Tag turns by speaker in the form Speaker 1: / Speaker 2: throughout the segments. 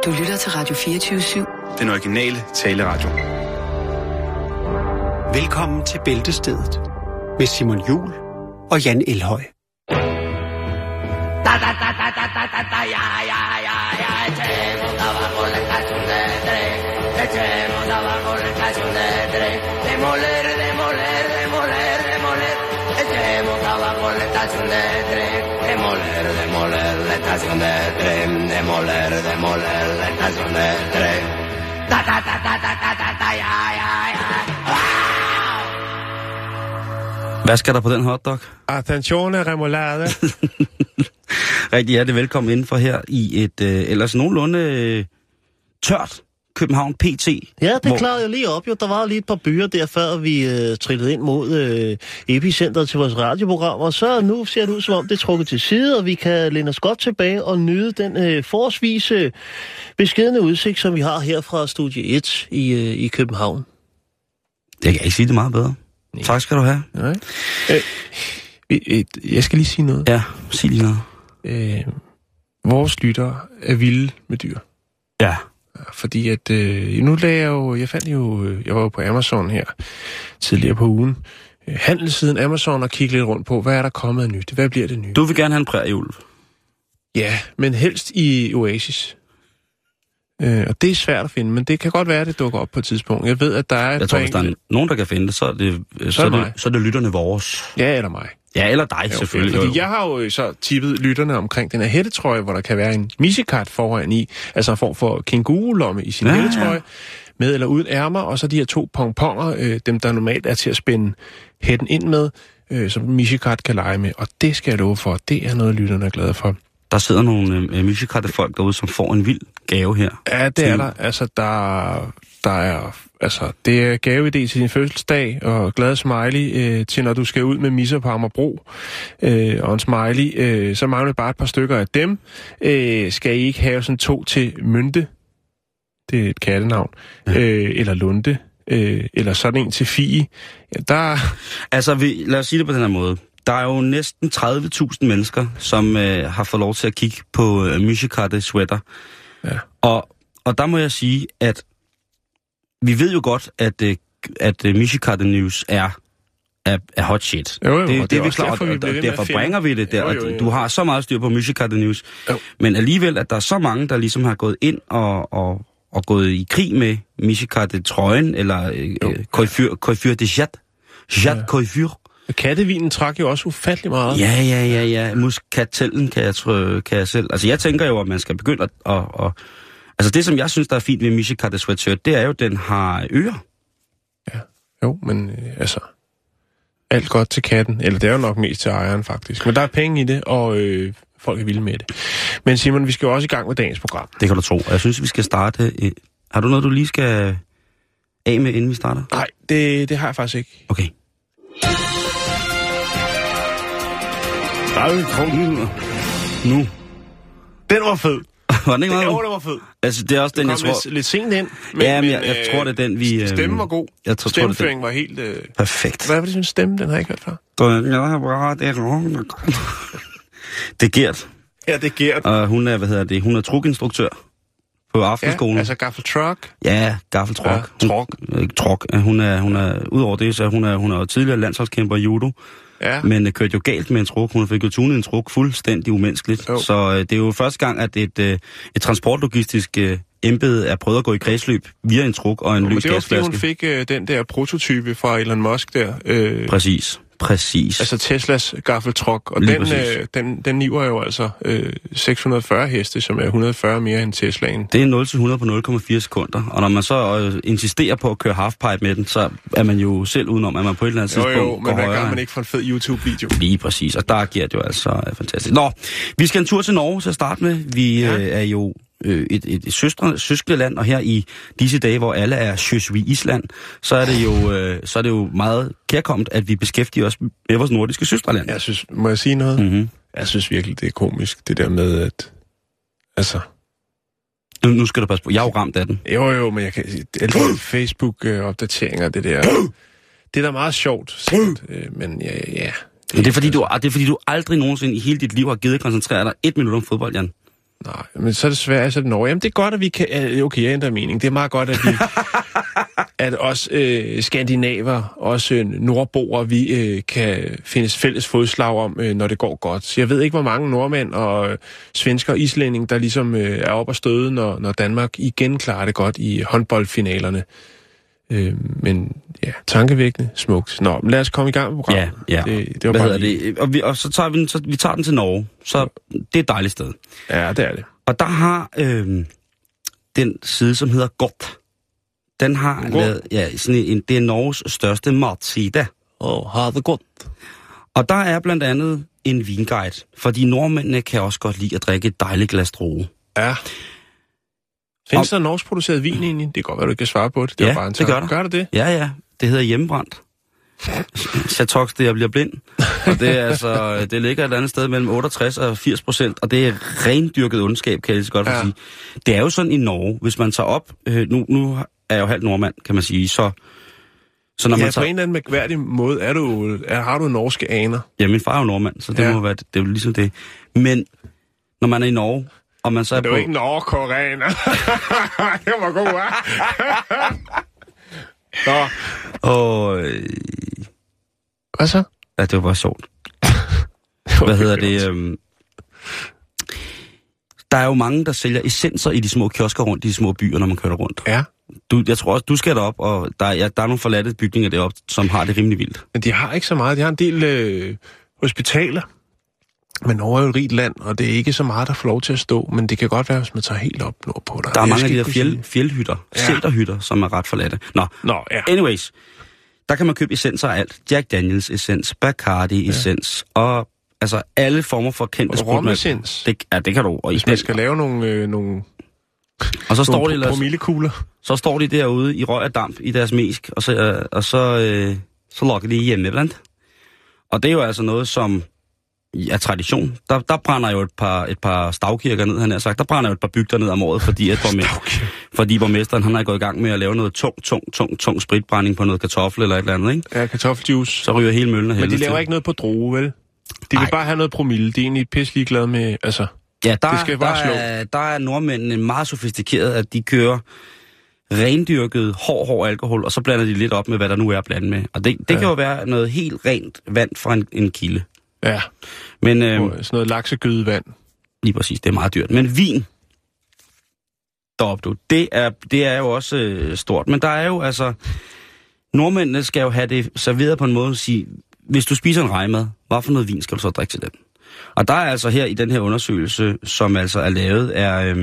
Speaker 1: Du lytter til Radio 24/7.
Speaker 2: Den originale taleradio.
Speaker 3: Velkommen til Bæltestedet med Simon Juhl og Jan Elhøj.
Speaker 4: Hvad skal der på den hotdog?
Speaker 5: Attenzione remoulade.
Speaker 4: Rigtig hjertelig velkommen indenfor her i et ellers nogenlunde tørt København PT.
Speaker 6: Ja, det klarede jeg lige op. Jo, der var lige et par byer der, før vi trillede ind mod epicentret til vores radioprogram, og så nu ser det ud, som om det er trukket til side, og vi kan læne os godt tilbage og nyde den forholdsvis beskedne udsigt, som vi har her fra Studie 1 i København.
Speaker 4: Jeg kan ikke sige det meget bedre. Nej. Tak skal du have.
Speaker 5: Nej. Jeg skal lige sige noget.
Speaker 4: Ja, sig lige noget.
Speaker 5: Vores lyttere er vilde med dyr.
Speaker 4: Ja.
Speaker 5: Fordi at nu lagde jeg var jo på Amazon her tidligere på ugen. Handelssiden Amazon og kigge lidt rundt på, hvad er der kommet af nyt? Hvad bliver det nye?
Speaker 4: Du vil gerne have en prærieulv.
Speaker 5: Ja, men helst i Oasis. Og det er svært at finde, men det kan godt være, at det dukker op på et tidspunkt. Jeg ved, at der er...
Speaker 4: Jeg tror, hvis der er nogen, der kan finde det, så er det lytterne vores.
Speaker 5: Ja, eller mig.
Speaker 4: Ja, eller dig, selvfølgelig.
Speaker 5: Fordi jeg har jo så tippet lytterne omkring den her hættetrøje, hvor der kan være en missekat foran i, altså en form for kænguru-lomme i sin hættetrøje, med eller uden ærmer, og så de her 2 pongponger, dem der normalt er til at spænde hætten ind med, som missekat kan lege med. Og det skal jeg love for, det er noget, lytterne er glade for.
Speaker 4: Der sidder nogle musikatte-folk derude, som får en vild gave her.
Speaker 5: Ja, det er der. Altså, der er... Altså, det er gaveidé til din fødselsdag, og glad smiley til, når du skal ud med misser på Amagerbro, og en smiley. Så mangler bare et par stykker af dem. Skal I ikke have sådan 2 til Mynte? Det er et kattenavn. Ja. Eller Lunde. Eller sådan en til Fie. Ja, der... Altså,
Speaker 4: lad os sige det på den her måde. Der er jo næsten 30.000 mennesker, som har fået lov til at kigge på musikatte-sweater. Ja. Og der må jeg sige, at vi ved jo godt, at Musikatte News er hot shit.
Speaker 5: Jo,
Speaker 4: det er vi klar, og derfor bringer vi det der. Jo. Du har så meget styr på Musikatte News. Jo. Men alligevel, at der er så mange, der ligesom har gået ind og gået i krig med Musikatte-trøjen, eller Coiffure de Jat Coiffure.
Speaker 5: Kattevinen trak jo også ufattelig meget.
Speaker 4: Ja. Muskatellen kan jeg selv. Altså, jeg tænker jo, at man skal begynde at altså, det, som jeg synes, der er fint ved Musikatte sweatshirt, det er jo, at den har ører.
Speaker 5: Ja, jo, men altså... Alt godt til katten. Eller det er jo nok mest til ejeren, faktisk. Men der er penge i det, og folk er vilde med det. Men Simon, vi skal jo også i gang med dagens program.
Speaker 4: Det kan du tro. Jeg synes, vi skal starte... Har du noget, du lige skal af med, inden vi starter?
Speaker 5: Nej, det har jeg faktisk ikke.
Speaker 4: Okay. Nu.
Speaker 5: Den var fed.
Speaker 4: Var den ikke meget?
Speaker 5: Jo, den var fed.
Speaker 4: Altså, det er også den, jeg tror...
Speaker 5: lidt sent ind.
Speaker 4: Men jeg tror, det er den, vi...
Speaker 5: Stemmen var god. Stemmeføringen var helt...
Speaker 4: Perfekt.
Speaker 5: Hvad var det for en stemme? Den har jeg ikke hørt før.
Speaker 4: Det er Gert.
Speaker 5: Ja, det er Gert.
Speaker 4: Og hun er, hun er trukinstruktør på aftenskolen.
Speaker 5: Ja, altså gaffeltruck.
Speaker 4: Ja, gaffeltruck.
Speaker 5: Ja,
Speaker 4: truck. Hun er udover det, så hun er tidligere landsholdskæmper i judo. Ja. Men kørte jo galt med en truk. Hun fik jo tunet en truk fuldstændig umenneskeligt. Jo. Så det er jo første gang, at et transportlogistisk embede er prøvet at gå i kredsløb via en truk og en lys gasflaske.
Speaker 5: Det var fordi, hun fik den der prototype fra Elon Musk der.
Speaker 4: Præcis.
Speaker 5: Altså Teslas gaffeltruck, og den niver jo altså 640 heste, som er 140 mere end Teslaen.
Speaker 4: Det er 0-100 på 0,4 sekunder, og når man så insisterer på at køre halfpipe med den, så er man jo selv udenom, at man på et eller andet tidspunkt går
Speaker 5: men hvad gør man ikke for en fed YouTube-video?
Speaker 4: Lige præcis, og der giver det jo altså fantastisk. Nå, vi skal en tur til Norge til at starte med. Vi er jo et søskende-land, og her i disse dage, hvor alle er sjøsvi Island, så er det jo meget kærkomment, at vi beskæftiger os med vores nordiske søsterland.
Speaker 5: Jeg synes, må jeg sige noget?
Speaker 4: Mm-hmm.
Speaker 5: Jeg synes virkelig, det er komisk, det der med, at... Altså...
Speaker 4: Nu skal du passe på. Jeg er jo ramt af den.
Speaker 5: Jo, men jeg kan... Alle Facebook-opdateringer, det der... Det er da meget sjovt, sikkert, men ja...
Speaker 4: Det er fordi, du aldrig nogensinde i hele dit liv har givet at koncentrere dig 1 minut om fodbold, Jan.
Speaker 5: Nej, men så er det svært, så er det Norge. Jamen, det er godt, at vi kan... Okay, jeg ændrer mening. Det er meget godt, at vi... at os skandinaver, også nordboer, vi kan findes fælles fodslag om, når det går godt. Så jeg ved ikke, hvor mange nordmænd og svensker og islændinge, der ligesom er oppe og støde, når Danmark igen klarer det godt i håndboldfinalerne. Men ja, tankevækkende, smukt. Nå, men lad os komme i gang med programmet.
Speaker 4: Ja.
Speaker 5: Det var bare
Speaker 4: det? Og så tager vi tager den til Norge. Så det er et dejligt sted.
Speaker 5: Ja, det er det.
Speaker 4: Og der har den side, som hedder Godt. Den har lavet, det er Norges største matside.
Speaker 6: Har det godt.
Speaker 4: Og der er blandt andet en vinguide, fordi nordmændene kan også godt lide at drikke et dejligt glas droge.
Speaker 5: Ja. Findes der norsk produceret vin egentlig? Det kan godt være, du ikke kan svare på det. Det
Speaker 4: ja,
Speaker 5: bare en
Speaker 4: det gør der.
Speaker 5: Gør det?
Speaker 4: Ja. Det hedder hjemmebrændt. Chateaux, det jeg bliver blind. Og det er altså, det ligger et eller andet sted mellem 68 og 80%, og det er rendyrket ondskab, kan jeg godt sige. Det er jo sådan i Norge, hvis man tager op, nu er jeg jo halvt nordmand, kan man sige, så når man tager...
Speaker 5: på en eller anden mærkværdig måde har du norske aner.
Speaker 4: Ja, min far er jo nordmand, så det må være, det er jo ligesom det. Men når man er i Norge, og man så er
Speaker 5: det er jo ikke nordkoreaner. Det var god, hva'? Nå. Hvad så?
Speaker 4: Ja, det var bare sjovt. Hvad hedder det? Der er jo mange, der sælger essenser i de små kiosker rundt i de små byer, når man kører rundt.
Speaker 5: Ja.
Speaker 4: Jeg tror også, du skal derop, og der er nogle forladte bygninger deroppe, som har det rimelig vildt.
Speaker 5: Men de har ikke så meget. De har en del hospitaler. Men Norge er jo et rigt land, og det er ikke så meget, der får lov til at stå. Men det kan godt være, hvis man tager helt op nordpå.
Speaker 4: Der er mange af de der fjeldhytter, shelterhytter, som er ret forladte. Nå, ja. Anyways. Der kan man købe essenser af alt. Jack Daniels essens, Bacardi essens, og altså alle former for kendte
Speaker 5: sprutmælk. Romessens.
Speaker 4: Det kan du. Og
Speaker 5: hvis man skal lave nogle
Speaker 4: og så står de
Speaker 5: promillekugler.
Speaker 4: Så står de derude i røg og damp i deres mesk, og så lokker de hjemme blandt. Og det er jo altså noget, som er tradition. Der brænder jo et par stavkirker ned, han har sagt. Der brænder jo et par bygder ned om året, fordi borgmesteren han er gået i gang med at lave noget tung spritbrænding på noget kartoffel eller et eller andet, ikke?
Speaker 5: Ja, kartoffeljuice.
Speaker 4: Så ryger hele møllen af helvede.
Speaker 5: Men de laver ikke noget på droge, vel? De vil bare have noget promille. De er egentlig pisselig glade med, altså...
Speaker 4: Ja, der er nordmændene meget sofistikeret, at de kører rendyrket hård alkohol, og så blander de lidt op med, hvad der nu er blandet med. Og det kan jo være noget helt rent vand fra en kilde.
Speaker 5: Ja,
Speaker 4: men,
Speaker 5: sådan noget laksegødevand.
Speaker 4: Lige præcis, det er meget dyrt. Men vin, deroppe, det er jo også stort. Men der er jo altså... Nordmændene skal jo have det serveret på en måde at sige, hvis du spiser en rejemad, hvad for noget vin skal du så drikke til den? Og der er altså her i den her undersøgelse, som altså er lavet, er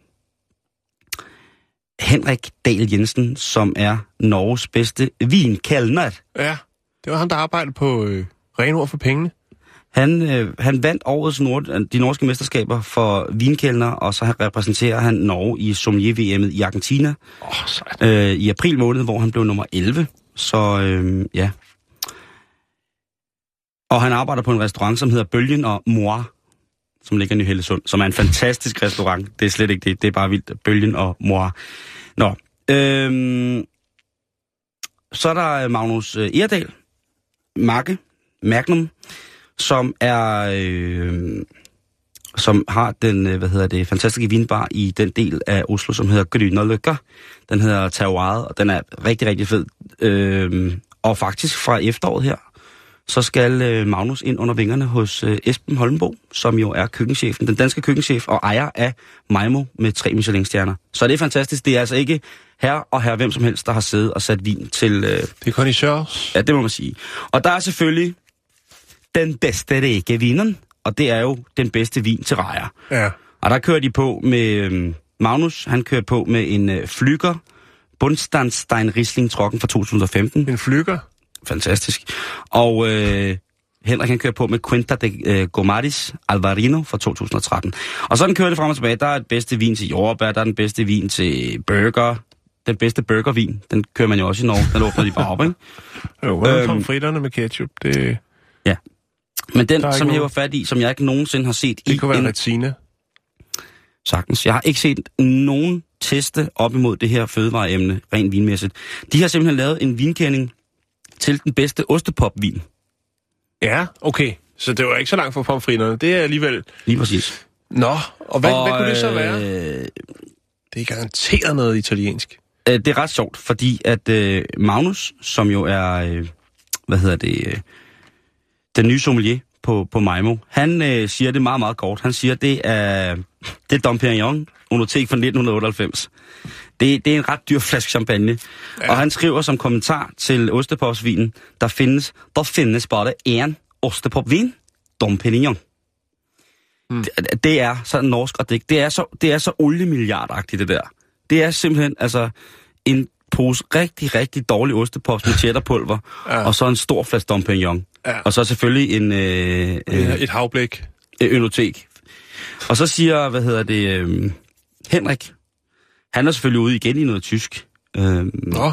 Speaker 4: Henrik Dahl Jensen, som er Norges bedste vinkelner.
Speaker 5: Ja, det var ham, der arbejdede på Ren Ord for Pengene.
Speaker 4: Han vandt årets de norske mesterskaber for vinkelner, og så repræsenterer han Norge i sommelier-VM'et i Argentina i april måned, hvor han blev nummer 11. Så ja. Og han arbejder på en restaurant, som hedder Bølgen og Moir, som ligger i Ny Hellesund, som er en fantastisk restaurant. Det er slet ikke det, det er bare vildt. Bølgen og Moir. Nå. Så er der Magnus Erdal, Magnum, som er som har den fantastiske vinbar i den del af Oslo, som hedder Grünerløkka. Den hedder Terroiret, og den er rigtig, rigtig fed. Og faktisk fra efteråret her, så skal Magnus ind under vingerne hos Esben Holmbo, som jo er køkkenchefen, den danske køkkenchef og ejer af Maimo med 3 Michelin-stjerner. Så det er fantastisk. Det er altså ikke her hvem som helst, der har siddet og sat vin til...
Speaker 5: Det er connoisseurs.
Speaker 4: Ja, det må man sige. Og der er selvfølgelig den bedste rækkevinen, og det er jo den bedste vin til rejer.
Speaker 5: Ja.
Speaker 4: Og der kører de på med... Magnus, han kører på med en Flügger Bunstandstein Riesling Trocken fra 2015.
Speaker 5: En Flügger?
Speaker 4: Fantastisk. Og Henrik, han kører på med Quinta de Gomaris Alvarino fra 2013. Og sådan kører det frem og tilbage. Der er det bedste vin til jordbær, der er den bedste vin til burger. Den bedste burgervin, den kører man jo også i Norge. Den åbner de bare op, ikke?
Speaker 5: Jo, pomfritterne med ketchup, det...
Speaker 4: Ja. Men den, som jeg var fat i, som jeg ikke nogensinde har set
Speaker 5: det kunne være Retsina.
Speaker 4: Sagtens. Jeg har ikke set nogen teste op imod det her fødevareemne, rent vinmæssigt. De har simpelthen lavet en vinkending til den bedste ostepopvin.
Speaker 5: Ja, okay. Så det var ikke så langt fra pomfritterne. Det er alligevel...
Speaker 4: Lige præcis.
Speaker 5: Nå, og hvad kunne det så være? Det er garanteret noget italiensk.
Speaker 4: Det er ret sjovt, fordi at Magnus, som jo er, den nye sommelier på Maimo, han siger det meget, meget kort. Han siger, det er Dom Perignon, Onotek fra 1998. Det er en ret dyr flaske champagne. Ja. Og han skriver som kommentar til ostepopsvinen, der findes bare en ostepopvin, Dom Perignon. Det er så norsk og det er så oliemilliardagtigt, det der. Det er simpelthen altså en pose rigtig, rigtig dårlig ostepops med cheddarpulver, og så en stor flaske Dom Perignon. Ja. Og så selvfølgelig
Speaker 5: et havblik.
Speaker 4: Ønotek. Og så siger, Henrik, han er selvfølgelig ude igen i noget tysk.
Speaker 5: Nå.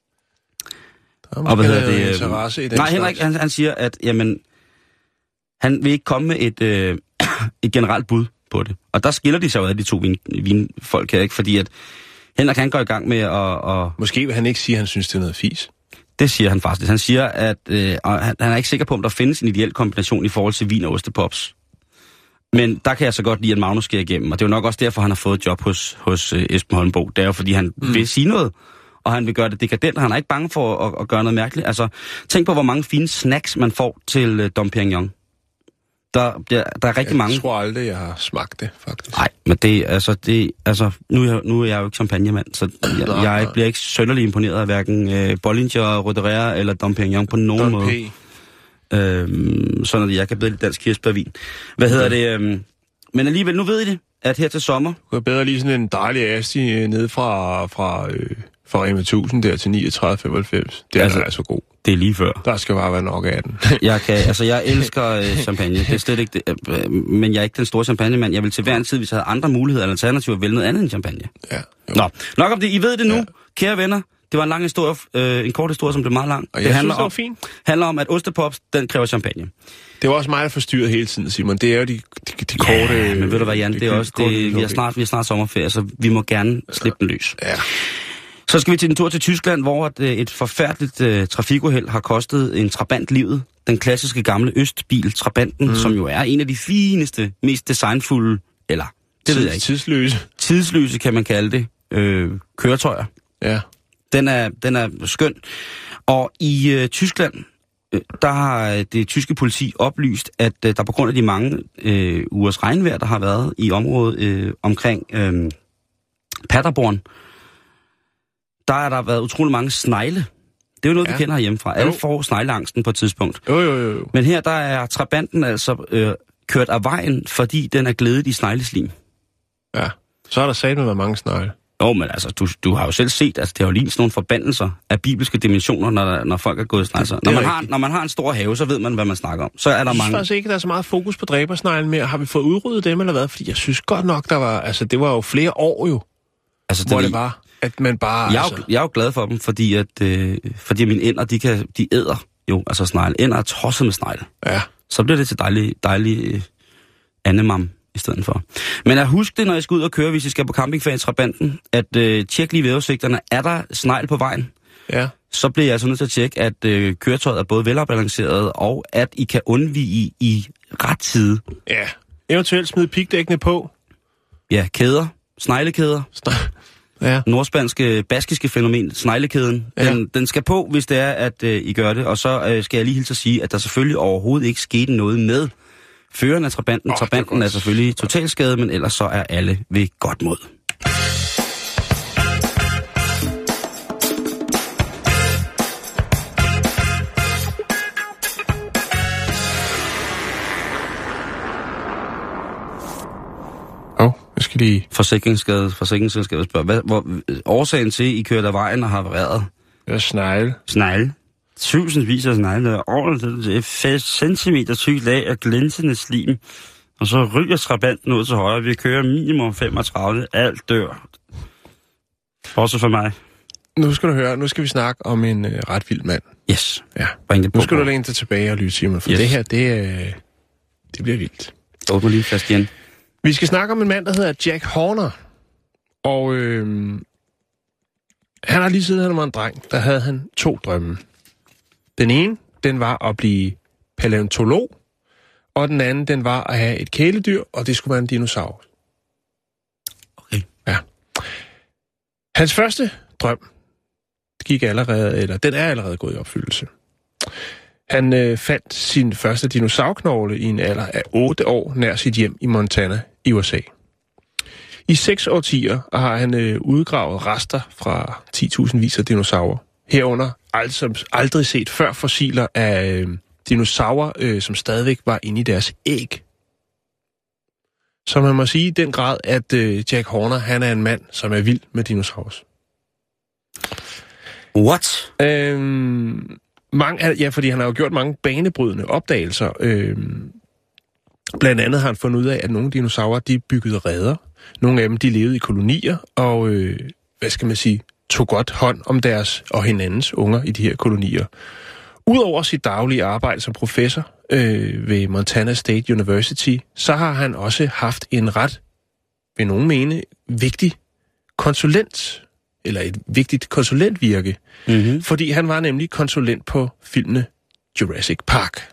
Speaker 4: Og nej, Henrik, han siger, at jamen, han vil ikke komme med et generelt bud på det. Og der skiller de sig jo af de to vinfolk her, ikke? Fordi at Henrik, han går i gang med at...
Speaker 5: Måske vil han ikke sige, at han synes, det er noget fis.
Speaker 4: Det siger han faktisk. Han siger, at han er ikke sikker på, om der findes en ideel kombination i forhold til vin og ostepops. Men der kan jeg så godt lide, at Magnus sker igennem. Og det er jo nok også derfor, han har fået et job hos Esben Holmbo. Det er jo, fordi han vil sige noget, og han vil gøre det dekadent, og han er ikke bange for at gøre noget mærkeligt. Altså, tænk på, hvor mange fine snacks man får til Dom Perignon. Der er rigtig mange...
Speaker 5: Jeg tror aldrig, jeg har smagt det, faktisk.
Speaker 4: Nej, men nu er jeg jo ikke champagnemand, så jeg bliver ikke sønderlig imponeret af hverken Bollinger, Roederer eller Dom Perignon på nogen måde. Sådan at jeg kan bedre lidt dansk kirsebærvin. Men alligevel, nu ved I det, at her til sommer...
Speaker 5: Du kan bedre lige sådan en dejlig asti ned fra Rema 1000 der til 39,95. Det er altså god.
Speaker 4: Det er lige før.
Speaker 5: Der skal bare være nok af den.
Speaker 4: Jeg elsker champagne. Det er slet ikke det, men jeg er ikke den store champagnemand. Jeg vil til hver en tid, hvis jeg havde andre muligheder eller alternativer, vælge noget andet end champagne. Ja. Nå, nok om det. I ved det nu, ja. Kære venner. Det var en lang historie, en kort historie, som blev meget lang.
Speaker 5: Og det
Speaker 4: handler om, at ostepops, den kræver champagne.
Speaker 5: Det var også mig, der forstyrrede hele tiden, Simon. Det er jo de korte...
Speaker 4: Ja, men ved du hvad, Jan, det er også... Vi har snart sommerferie, så vi må gerne slippe den løs.
Speaker 5: Ja.
Speaker 4: Så skal vi til en tur til Tyskland, hvor et forfærdeligt trafikuheld har kostet en Trabant livet. Den klassiske gamle Østbil Trabanten, som jo er en af de fineste, mest designfulde, eller det ved jeg ikke. Tidsløse kan man kalde det, køretøjer. Ja. Den er skøn. Og i Tyskland, der har det tyske politi oplyst, at der på grund af de mange ugers regnvejr, der har været i området omkring Paderborn, der har der været utrolig mange snegle. Det er jo noget, vi kender herhjemmefra. Alle får snegleangsten på et tidspunkt.
Speaker 5: Jo. Men
Speaker 4: her der er Trabanten altså kørt af vejen, fordi den er glædet i snegleslim. Ja,
Speaker 5: så har der sagt med mange snegle.
Speaker 4: Jo, men altså, du har jo selv set, at det har jo lige sådan nogle forbandelser af bibelske dimensioner, når folk er gået snegler. Når man har en stor have, så ved man, hvad man snakker om. Så er der mange... Jeg synes
Speaker 5: faktisk ikke, der er så meget fokus på dræbersneglen mere. Har vi fået udryddet dem, eller hvad? Fordi jeg synes godt nok, der var... Altså, det var jo flere år jo, altså, det var... At man bare...
Speaker 4: Jeg er jo glad for dem, fordi mine ænder, de æder jo, altså snegle. Ænder er tosset med snegle. Ja. Så bliver det til dejlig andemam i stedet for. Men at huske det, når I skal ud og køre, hvis I skal på campingferie i Trabanten, at tjek lige vejrudsigterne. Er der snegl på vejen? Ja. Så bliver jeg altså nødt til at tjekke, at køretøjet er både velafbalanceret, og at I kan undvige i ret tid.
Speaker 5: Ja. Eventuelt smide pigdækkene på.
Speaker 4: Ja, kæder. Sneglekæder. Ja. Nordspanske, baskiske fænomen, sneglekæden, den skal på, hvis det er, at I gør det. Og så skal jeg lige hilse at sige, at der selvfølgelig overhovedet ikke skete noget med føreren af Trabanten. Trabanten er selvfølgelig totalskadet, men ellers så er alle ved godt mod. Forsikringsselskabet spørger, hvor årsagen til, I kørte af vejen og har været?
Speaker 5: Det er snegle.
Speaker 4: Snegle? Tusindvis af snegle. Over 5 centimeter tykt lag af glinsende slim. Og så ryger Trabanten ud til højre. Vi kører minimum 35. Alt dør. Bortset for mig.
Speaker 5: Nu skal du høre. Nu skal vi snakke om en ret vild mand.
Speaker 4: Yes.
Speaker 5: Ja. Nu skal du læne dig tilbage og lytte, Simon. For det her, det bliver vildt.
Speaker 4: Åbner lige fast igen.
Speaker 5: Vi skal snakke om en mand, der hedder Jack Horner. Og han har lige siden han var en dreng, der havde han 2 drømme. Den ene, den var at blive palæontolog. Og den anden, den var at have et kæledyr, og det skulle være en dinosaur.
Speaker 4: Okay.
Speaker 5: Ja. Hans første drøm den er allerede gået i opfyldelse. Han fandt sin første dinosaurknogle i en alder af 8 år nær sit hjem i Montana i USA. I 6 årtier har han udgravet rester fra 10.000 vis af dinosaurer. Herunder aldrig set før fossiler af dinosaurer, som stadigvæk var inde i deres æg. Så man må sige i den grad, at Jack Horner, han er en mand, som er vild med dinosaurus.
Speaker 4: What?
Speaker 5: Fordi han har jo gjort mange banebrydende opdagelser. Blandt andet har han fundet ud af, at nogle dinosaurer, de byggede reder. Nogle af dem, de levede i kolonier, og tog godt hånd om deres og hinandens unger i de her kolonier. Udover sit daglige arbejde som professor ved Montana State University, så har han også haft en ret, vil nogen mene, vigtig konsulent, eller et vigtigt konsulentvirke, fordi han var nemlig konsulent på filmene Jurassic Park.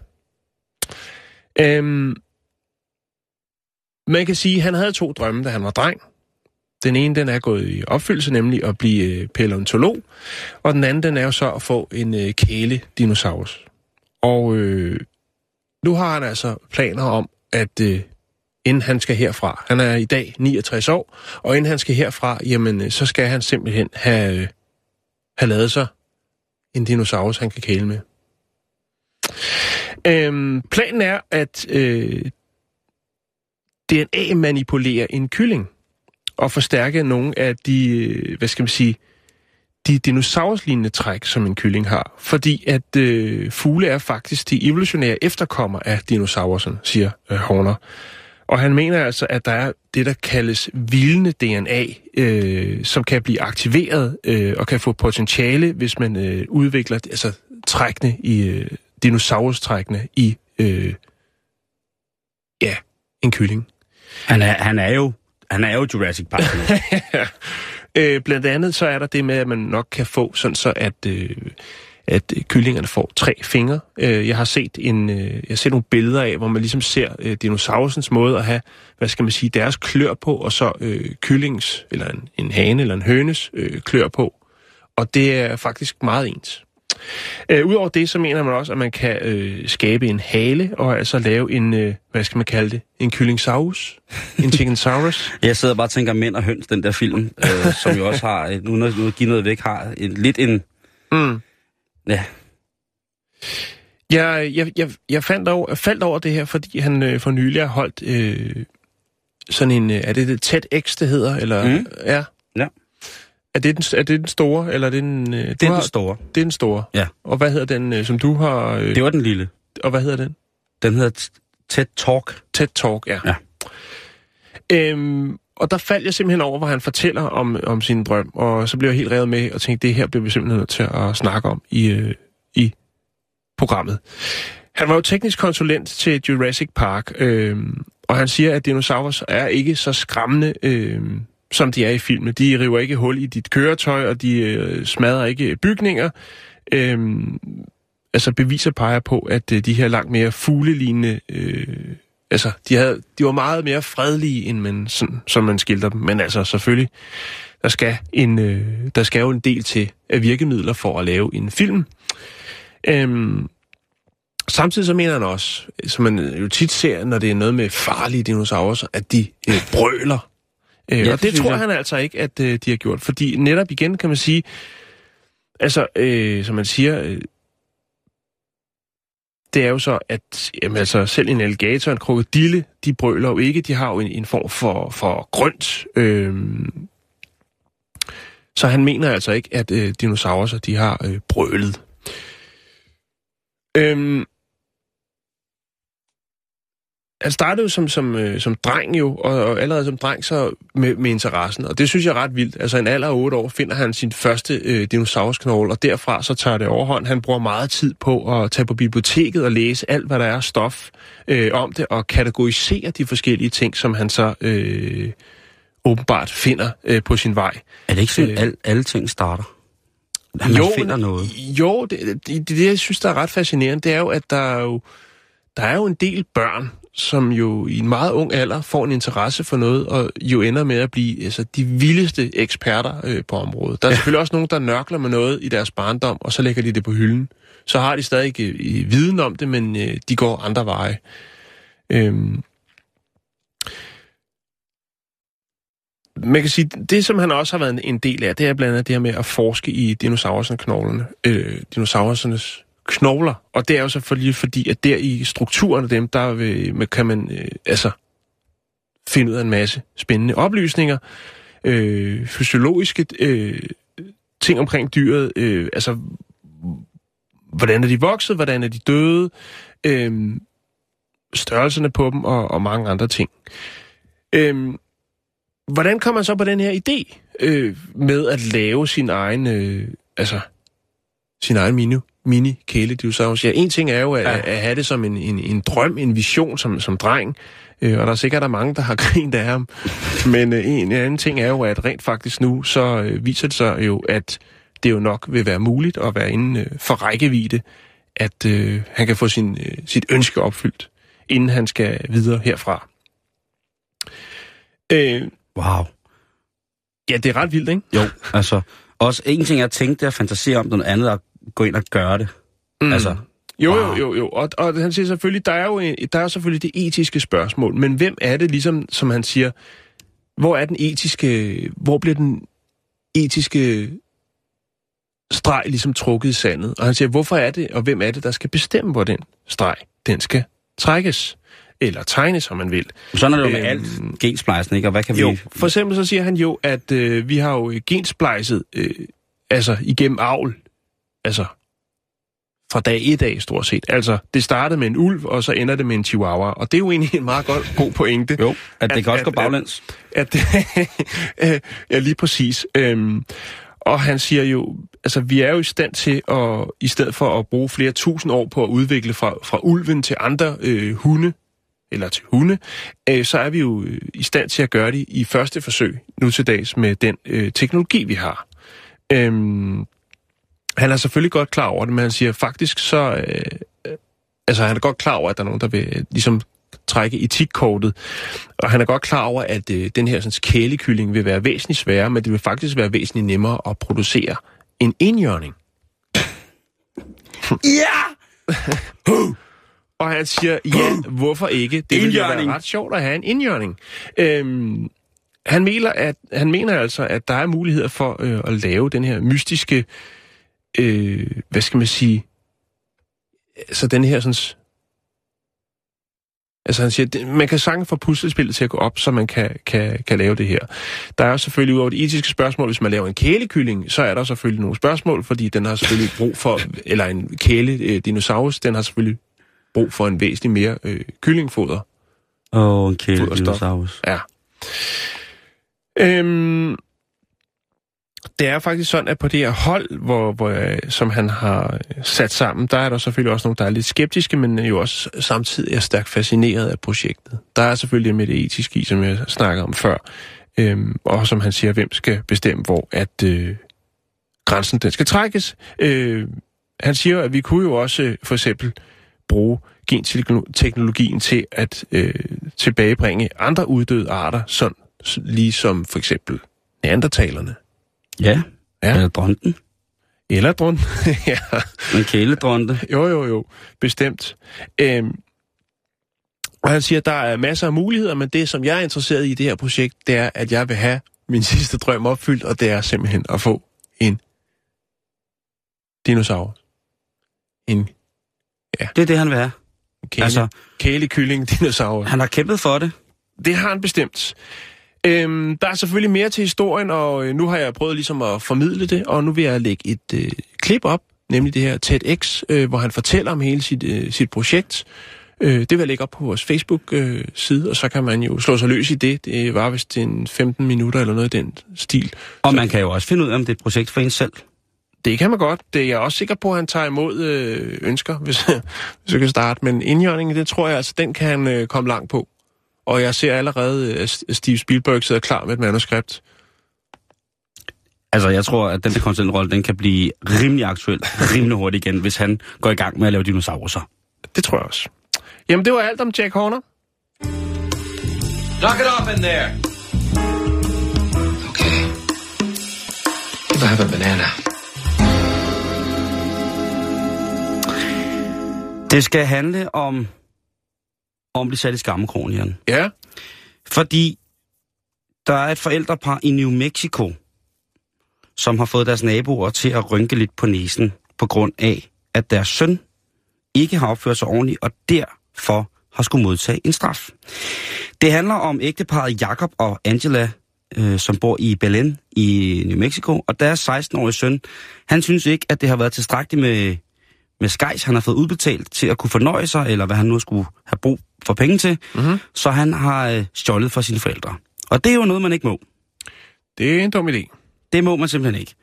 Speaker 5: Man kan sige, at han havde 2 drømme, da han var dreng. Den ene, den er gået i opfyldelse, nemlig at blive palæontolog, og den anden, den er jo så at få en kæledinosaurus. Og nu har han altså planer om, at inden han skal herfra, han er i dag 69 år, og inden han skal herfra, jamen, så skal han simpelthen have lavet sig en dinosaurus, han kan kæle med. Planen er at DNA-manipulere en kylling og forstærke nogle af de, de dinosauruslignende træk, som en kylling har. Fordi at fugle er faktisk de evolutionære efterkommer af dinosaurusen, siger Horner. Og han mener altså, at der er det, der kaldes vildende DNA, som kan blive aktiveret og kan få potentiale, hvis man udvikler trækkene i dinosaurustrækkene i en kylling.
Speaker 4: Han er jo Jurassic Park.
Speaker 5: Blandt andet så er der det med, at man nok kan få sådan så, at kyllingerne får 3 fingre. Jeg har set nogle billeder af, hvor man ligesom ser dinosaurusens måde at have, deres klør på, og så kyllings, eller en hane eller en hønes klør på. Og det er faktisk meget ens. Udover det, så mener man også, at man kan skabe en hale, og altså lave en, en kyllingsaurus, en chickensaurus. Jeg
Speaker 4: sidder bare og tænker Mænd og Høns, den der film, som jo også har, uden at give noget væk, har en... Ja.
Speaker 5: Jeg faldt over det her, fordi han for nylig har holdt sådan en... Er det TEDx, det hedder? Eller, ja. Er det den store, eller er det den...
Speaker 4: Det er den store.
Speaker 5: Det er den store.
Speaker 4: Ja.
Speaker 5: Og hvad hedder den, som du har...
Speaker 4: Det var den lille.
Speaker 5: Og hvad hedder den?
Speaker 4: Den hedder TED Talk.
Speaker 5: TED Talk, ja. Og der faldt jeg simpelthen over, hvor han fortæller om sin drøm, og så blev jeg helt revet med og tænkte, det her bliver vi simpelthen nødt til at snakke om i programmet. Han var jo teknisk konsulent til Jurassic Park, og han siger, at dinosaurer er ikke så skræmmende, som de er i filmen. De river ikke hul i dit køretøj, og de smadrer ikke bygninger. Beviser peger på, at de her langt mere fuglelignende... de var meget mere fredelige, end man, som man skildrer dem. Men altså, selvfølgelig, der skal jo en del til af virkemidler for at lave en film. Samtidig så mener han også, som man jo tit ser, når det er noget med farlige dinosaurer, at de brøler. Og det tror han altså ikke, at de har gjort. Fordi netop igen kan man sige, som man siger... Det er jo så, at selv en alligator og en krokodille, de brøler jo ikke. De har jo en form for grønt. Så han mener altså ikke, at dinosaurer, de har brølet. Han startede jo som dreng jo, og allerede som dreng så med interessen, og det synes jeg er ret vildt. Altså en alder af 8 år finder han sin første dinosaurusknogle, og derfra så tager det overhånd. Han bruger meget tid på at tage på biblioteket og læse alt, hvad der er stof om det, og kategorisere de forskellige ting, som han så åbenbart finder på sin vej.
Speaker 4: Er det ikke sådan, alle ting starter? Man finder noget?
Speaker 5: Jo, det jeg synes, der er ret fascinerende, det er jo, at der der er jo en del børn, som jo i en meget ung alder får en interesse for noget, og jo ender med at blive altså, de vildeste eksperter på området. Der er selvfølgelig også nogen, der nørkler med noget i deres barndom, og så lægger de det på hylden. Så har de stadig ikke viden om det, men de går andre veje. Man kan sige, det som han også har været en del af, det er blandt andet det her med at forske i dinosaurusernes knogler. Og det er jo selvfølgelig fordi, at der i strukturen af dem, kan man finde ud af en masse spændende oplysninger, fysiologiske ting omkring dyret, hvordan er de vokset, hvordan er de døde, størrelserne på dem og mange andre ting. Hvordan kommer man så på den her idé med at lave sin egen mini-kæledinosaurus? Ja, en ting er jo at have det som en drøm, en vision som dreng, og der er sikkert mange, der har grint af ham. Men en anden ting er jo, at rent faktisk nu, så viser det sig jo, at det jo nok vil være muligt at være inden for rækkevidde, at han kan få sit ønske opfyldt, inden han skal videre herfra.
Speaker 4: Wow.
Speaker 5: Ja, det er ret vildt, ikke?
Speaker 4: Jo, altså. Også en ting, jeg tænkte at fantasere om, noget andet at gå ind og gøre det. Altså.
Speaker 5: Jo. Og han siger selvfølgelig, der er selvfølgelig det etiske spørgsmål, men hvem er det ligesom, som han siger, hvor bliver den etiske streg ligesom trukket i sandet? Og han siger, hvorfor er det, og hvem er det, der skal bestemme, hvor den streg, den skal trækkes? Eller tegnes, som man vil.
Speaker 4: Sådan er det jo med alt gensplejsen, ikke? Og hvad kan vi...
Speaker 5: For eksempel så siger han jo, at vi har jo gensplejset igennem avl, fra dag 1 af stort set. Altså, det startede med en ulv, og så ender det med en chihuahua. Og det er jo egentlig en meget god pointe.
Speaker 4: Jo, at det kan også gå baglæns.
Speaker 5: Ja, lige præcis. Og han siger jo, altså vi er jo i stand til at, i stedet for at bruge flere tusind år på at udvikle fra ulven til andre hunde, eller til hunde, så er vi jo i stand til at gøre det i første forsøg nu til dags med den teknologi, vi har. Han er selvfølgelig godt klar over det, men han siger faktisk så... han er godt klar over, at der er nogen, der vil ligesom trække etikkortet. Og han er godt klar over, at den her sådan, kælekylling vil være væsentligt sværere, men det vil faktisk være væsentligt nemmere at producere en enhjørning.
Speaker 4: Ja!
Speaker 5: Og han siger, ja, hvorfor ikke? Det vil være ret sjovt at have en enhjørning. Han mener altså, at der er muligheder for at lave den her mystiske, hvad skal man sige, altså den her sådan... Altså han siger, man kan sagtens få puslespillet til at gå op, så man kan lave det her. Der er selvfølgelig udover det etiske spørgsmål, hvis man laver en kælekylling, så er der selvfølgelig nogle spørgsmål, fordi den har selvfølgelig brug for, eller en kæledinosaurus, den har selvfølgelig brug for en væsentlig mere kyllingfoder.
Speaker 4: En kæledinosaurus.
Speaker 5: Ja. Det er faktisk sådan, at på det her hold, som han har sat sammen, der er der selvfølgelig også nogle, der er lidt skeptiske, men jo også samtidig er stærkt fascineret af projektet. Der er selvfølgelig med det etiske i, som jeg snakker om før, og som han siger, hvem skal bestemme, hvor at grænsen den skal trækkes. Han siger, at vi kunne jo også for eksempel bruge genteknologien til at tilbagebringe andre uddøde arter, sådan ligesom for eksempel neandertalerne.
Speaker 4: Ja. Eller dronten.
Speaker 5: Ja.
Speaker 4: En kæledronte.
Speaker 5: Jo, bestemt. Og han siger, at der er masser af muligheder, men det, som jeg er interesseret i det her projekt, det er, at jeg vil have min sidste drøm opfyldt, og det er simpelthen at få en dinosaur. Ja.
Speaker 4: Det er det, han vil have.
Speaker 5: Kælekylling dinosaur.
Speaker 4: Han har kæmpet for det.
Speaker 5: Det har han bestemt. Der er selvfølgelig mere til historien, og nu har jeg prøvet ligesom at formidle det, og nu vil jeg lægge et klip op, nemlig det her TEDx, hvor han fortæller om hele sit projekt. Det vil jeg lægge op på vores Facebook-side, og så kan man jo slå sig løs i det. Det var vist en 15 minutter eller noget i den stil.
Speaker 4: Og man kan jo også finde ud af, om det er et projekt for en selv.
Speaker 5: Det kan man godt. Det er jeg også sikker på, at han tager imod ønsker, hvis jeg kan starte. Men indjørningen, det tror jeg altså, den kan han komme langt på. Og jeg ser allerede, at Steve Spielberg sidder klar med et manuskript.
Speaker 4: Altså, jeg tror, at den der konsulentrolle, den kan blive rimelig aktuel, rimelig hurtigt igen, hvis han går i gang med at lave dinosaurer.
Speaker 5: Det tror jeg også. Jamen, det var alt om Jack Horner.
Speaker 2: Knock it off in there. Okay. If I have a banana.
Speaker 4: Det skal handle om at blive sat i skammekrogen, Jan.
Speaker 5: Ja.
Speaker 4: Fordi der er et forældrepar i New Mexico, som har fået deres naboer til at rynke lidt på næsen på grund af, at deres søn ikke har opført sig ordentligt, og derfor har skulle modtage en straf. Det handler om ægteparret Jacob og Angela, som bor i Belen i New Mexico, og deres 16-årige søn, han synes ikke, at det har været tilstrækkeligt med skejs, han har fået udbetalt til at kunne fornøje sig, eller hvad han nu skulle have brug for penge til, så han har stjålet fra sine forældre. Og det er jo noget, man ikke må.
Speaker 5: Det er en dum idé. Det
Speaker 4: må man simpelthen ikke.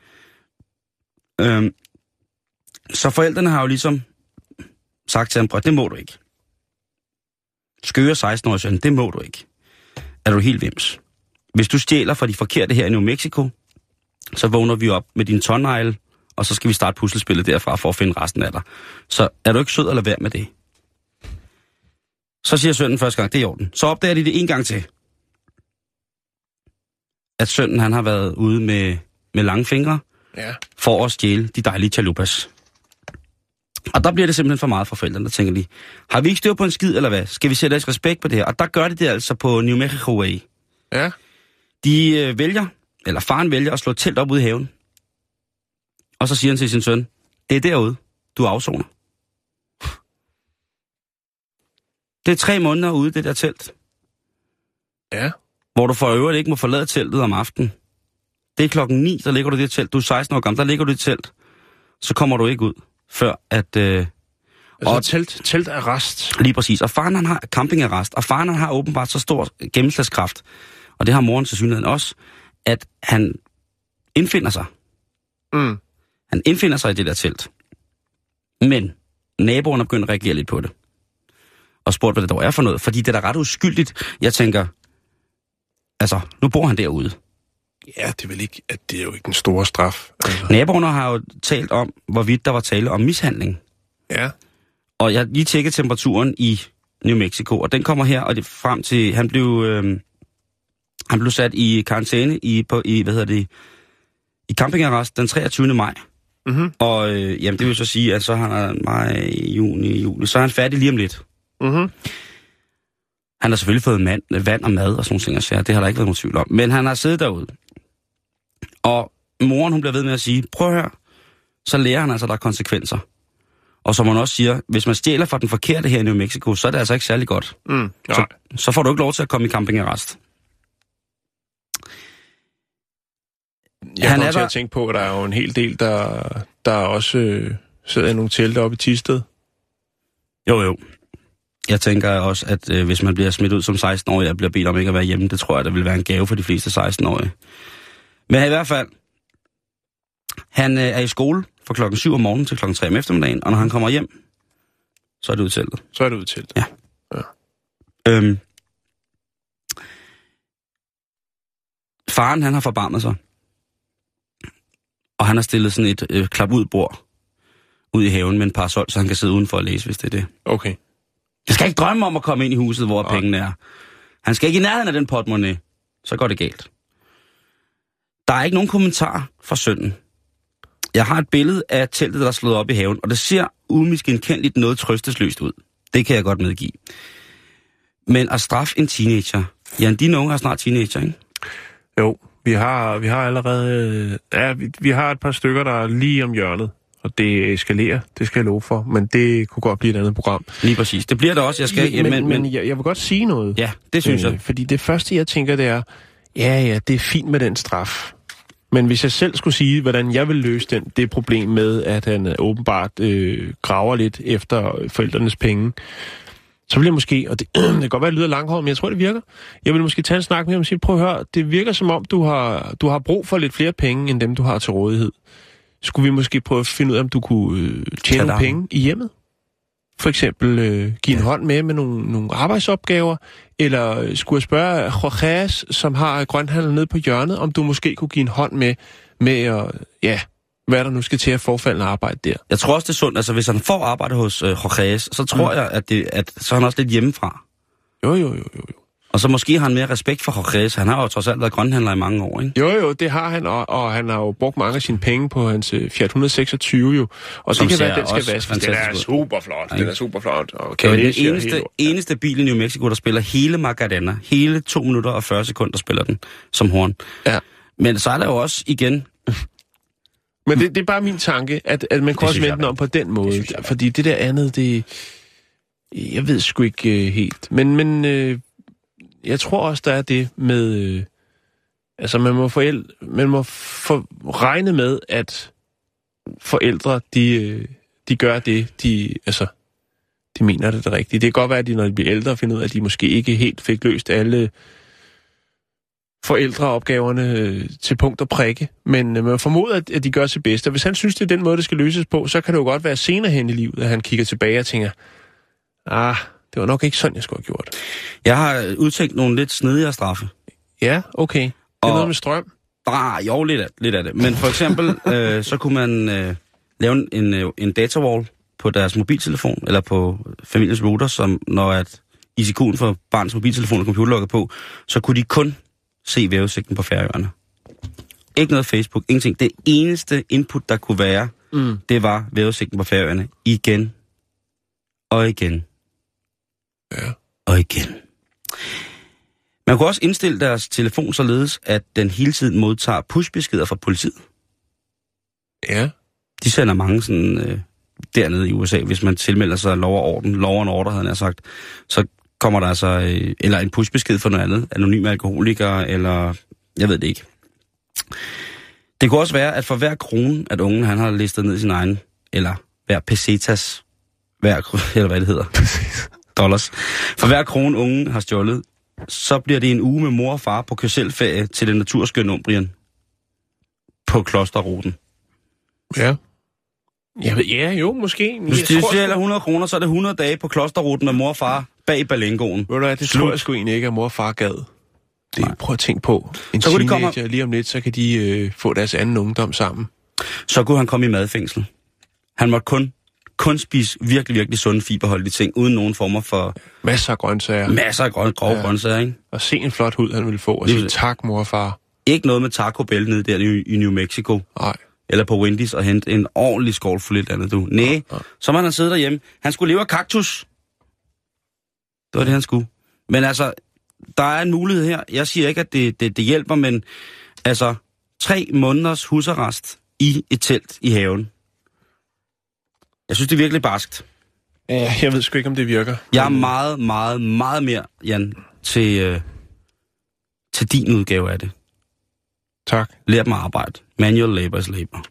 Speaker 4: Så forældrene har jo ligesom sagt til ham, det må du ikke. Skøre 16-årige søn, det må du ikke. Er du helt vims? Hvis du stjæler fra de forkerte her i New Mexico, så vågner vi op med din tårnegle, og så skal vi starte puslespillet derfra for at finde resten af dig. Så er du ikke sød at lade være med det? Så siger sønnen første gang, det er i orden. Så opdager de det en gang til. At sønnen han har været ude med lange fingre for at stjæle de dejlige chalupas. Og der bliver det simpelthen for meget for forældrene, der tænker de, har vi ikke styr på en skid, eller hvad? Skal vi sætte os respekt på det her? Og der gør de det altså på New Mexico Way.
Speaker 5: Ja.
Speaker 4: Faren vælger at slå et telt op ude i haven. Og så siger han til sin søn, det er derude, du afsoner. Det er 3 måneder ude, det der telt.
Speaker 5: Ja.
Speaker 4: Hvor du for øvrigt ikke må forlade teltet om aftenen. Det er 9:00, der ligger du i det telt. Du er 16 år gammel, der ligger du i det telt. Så kommer du ikke ud, før at...
Speaker 5: teltarrest.
Speaker 4: Lige præcis. Og faren han har campingarrest. Og faren han har åbenbart så stor gennemslagskraft. Og det har moren til synligheden også, at han indfinder sig.
Speaker 5: Mm.
Speaker 4: Han indfinder sig i det der telt. Men naboerne er begyndt at reagere lidt på det. Og spurgte, hvad det dog er for noget. Fordi det er da ret uskyldigt. Jeg tænker, altså, nu bor han derude.
Speaker 5: Ja, det er jo ikke en stor straf. Altså.
Speaker 4: Naboerne har jo talt om, hvorvidt der var tale om mishandling.
Speaker 5: Ja.
Speaker 4: Og jeg lige tjekkede temperaturen i New Mexico, og den kommer her, og det frem til, han blev sat i karantæne i campingarrest den 23. maj.
Speaker 5: Mm-hmm.
Speaker 4: Og det vil så sige, at så har han maj, juni, juli, så er han færdig lige om lidt.
Speaker 5: Mm-hmm.
Speaker 4: Han har selvfølgelig fået vand og mad og sådan nogle ting, det har der ikke været nogen tvivl om. Men han har siddet derude. Og moren, hun bliver ved med at sige, prøv at høre, så lærer han altså, der er konsekvenser. Og som man også siger, hvis man stjæler fra den forkerte her i New Mexico, så er det altså ikke særlig godt. Så får du ikke lov til at komme i campingarrest.
Speaker 5: Jeg kommer til at tænke på, at der er jo en hel del, der også sidder i nogle telte oppe i Thisted.
Speaker 4: Jo. Jeg tænker også, at hvis man bliver smidt ud som 16-årig og bliver bedt om ikke at være hjemme, det tror jeg, der vil være en gave for de fleste 16-årige. Men i hvert fald, han er i skole fra klokken 7 om morgenen til klokken 3 om eftermiddagen, og når han kommer hjem, så er det udteltet. Ja. Faren, han har forbarmet sig. Og han har stillet sådan et klap-ud-bord ud i haven med en parasol, så han kan sidde udenfor og læse, hvis det er det.
Speaker 5: Okay.
Speaker 4: Jeg skal ikke drømme om at komme ind i huset, hvor pengene er. Han skal ikke i nærheden af den portemonnaie. Så går det galt. Der er ikke nogen kommentar fra sønnen. Jeg har et billede af teltet, der er slået op i haven, og det ser umiskendeligt noget trøstesløst ud. Det kan jeg godt medgive. Men at straffe en teenager... Jan, dine unge er snart teenager, ikke?
Speaker 5: Jo, vi har allerede... vi har et par stykker, der er lige om hjørnet. Og det eskalerer, det skal jeg love for. Men det kunne godt blive et andet program.
Speaker 4: Lige præcis. Det bliver det også.
Speaker 5: Men jeg vil godt sige noget.
Speaker 4: Ja, det synes jeg.
Speaker 5: Fordi det første, jeg tænker, det er... Ja, det er fint med den straf. Men hvis jeg selv skulle sige, hvordan jeg vil løse det problem med, at han åbenbart graver lidt efter forældrenes penge, så vil jeg måske, og det kan godt være, det lyder langhåret, men jeg tror, det virker. Jeg vil måske tage en snak med ham og sige, prøv at høre, det virker som om, du har brug for lidt flere penge, end dem, du har til rådighed. Skulle vi måske prøve at finde ud af, om du kunne tjene nogle penge i hjemmet? For eksempel give en hånd med nogle arbejdsopgaver, eller skulle jeg spørge Jorge, som har grønthandel nede på hjørnet, om du måske kunne give en hånd med at hvad der nu skal til at forfaldende arbejde der.
Speaker 4: Jeg tror også, det er sundt. Altså, hvis han får arbejde hos Jorge, så tror jeg, at så er han også lidt hjemmefra. Jo. Og så måske har han mere respekt for Jorge. Han har jo trods alt været grønhandler i mange år, ikke?
Speaker 5: Jo, det har han, og han har jo brugt mange af sine penge på hans Fiat 126 jo. Og det kan være, at den skal vaskes. Den er super flot. Og
Speaker 4: det er den eneste bil i New Mexico, der spiller hele Macarena. Hele 2 minutter og 40 sekunder spiller den som horn.
Speaker 5: Ja.
Speaker 4: Men så er der jo også igen...
Speaker 5: Men det er bare min tanke, at man kan også vente den om på den måde. Fordi det der andet, det... Jeg ved sgu ikke helt. Men jeg tror også, der er det med... altså, man må regne med, at forældre, de gør det, de mener det rigtige. Det kan godt være, at de, når de bliver ældre, finder ud af, at de måske ikke helt fik løst alle forældreopgaverne til punkt og prikke, men man formoder, at de gør sit bedste. Og hvis han synes, det er den måde, det skal løses på, så kan det jo godt være senere hen i livet, at han kigger tilbage og tænker, det var nok ikke sådan, jeg skulle have gjort.
Speaker 4: Jeg har udtænkt nogle lidt snedigere straffe.
Speaker 5: Ja, okay. Det er noget med strøm?
Speaker 4: Jo, lidt af det. Men for eksempel, så kunne man lave en datawall på deres mobiltelefon, eller på familiens router, som når at ICQ'en for barns mobiltelefon og computer logger på, så kunne de kun se vejrudsigten på Færøerne. Ikke noget Facebook, ingenting. Det eneste input, der kunne være, det var vejrudsigten på Færøerne. Igen. Og igen.
Speaker 5: Ja.
Speaker 4: Og igen. Man kunne også indstille deres telefon således, at den hele tiden modtager pushbeskeder fra politiet.
Speaker 5: Ja.
Speaker 4: De sender mange sådan dernede i USA, hvis man tilmelder sig lov og order, havde jeg sagt. Så kommer der altså, eller en pushbesked for noget andet, anonyme alkoholikere, eller jeg ved det ikke. Det kunne også være, at for hver krone, at ungen han har listet ned i sin egen, eller hver pesetas, eller hvad det hedder, dollars. For hver krone, ungen har stjålet, så bliver det en uge med mor og far på kørselferie til den naturskønne Umbrien på klosterruten.
Speaker 5: Ja. Måske.
Speaker 4: Hvis de stjæler 100 kroner, så er det 100 dage på klosterruten med mor og far bag Berlingoen.
Speaker 5: Ved du hvad, det tror jeg sgu egentlig ikke, at mor og far gad. Prøv at tænke på. En så teenager, lige om lidt, så kan de få deres anden ungdom sammen.
Speaker 4: Så kunne han komme i madfængsel. Han måtte kun spise virkelig, virkelig sunde fiberholdige ting, uden nogen former for...
Speaker 5: Masser af grøntsager.
Speaker 4: Masser af grove grøntsager, ikke?
Speaker 5: Og se en flot hud, han ville få, og sige tak, mor og far.
Speaker 4: Ikke noget med Taco Bell nede der i New Mexico.
Speaker 5: Nej.
Speaker 4: Eller på Wendy's og hente en ordentlig skål for lidt andet, du. Næh, så må han sidde derhjemme. Han skulle leve af kaktus. Det var det, han skulle. Men altså, der er en mulighed her. Jeg siger ikke, at det hjælper, men altså, 3 måneders husarrest i et telt i haven. Jeg synes, det er virkelig barskt.
Speaker 5: Ja, jeg ved sgu ikke, om det virker.
Speaker 4: Jeg er meget, meget, meget mere, Jan, til din udgave af det.
Speaker 5: Tak.
Speaker 4: Lær dem at arbejde. Manual labor is labor.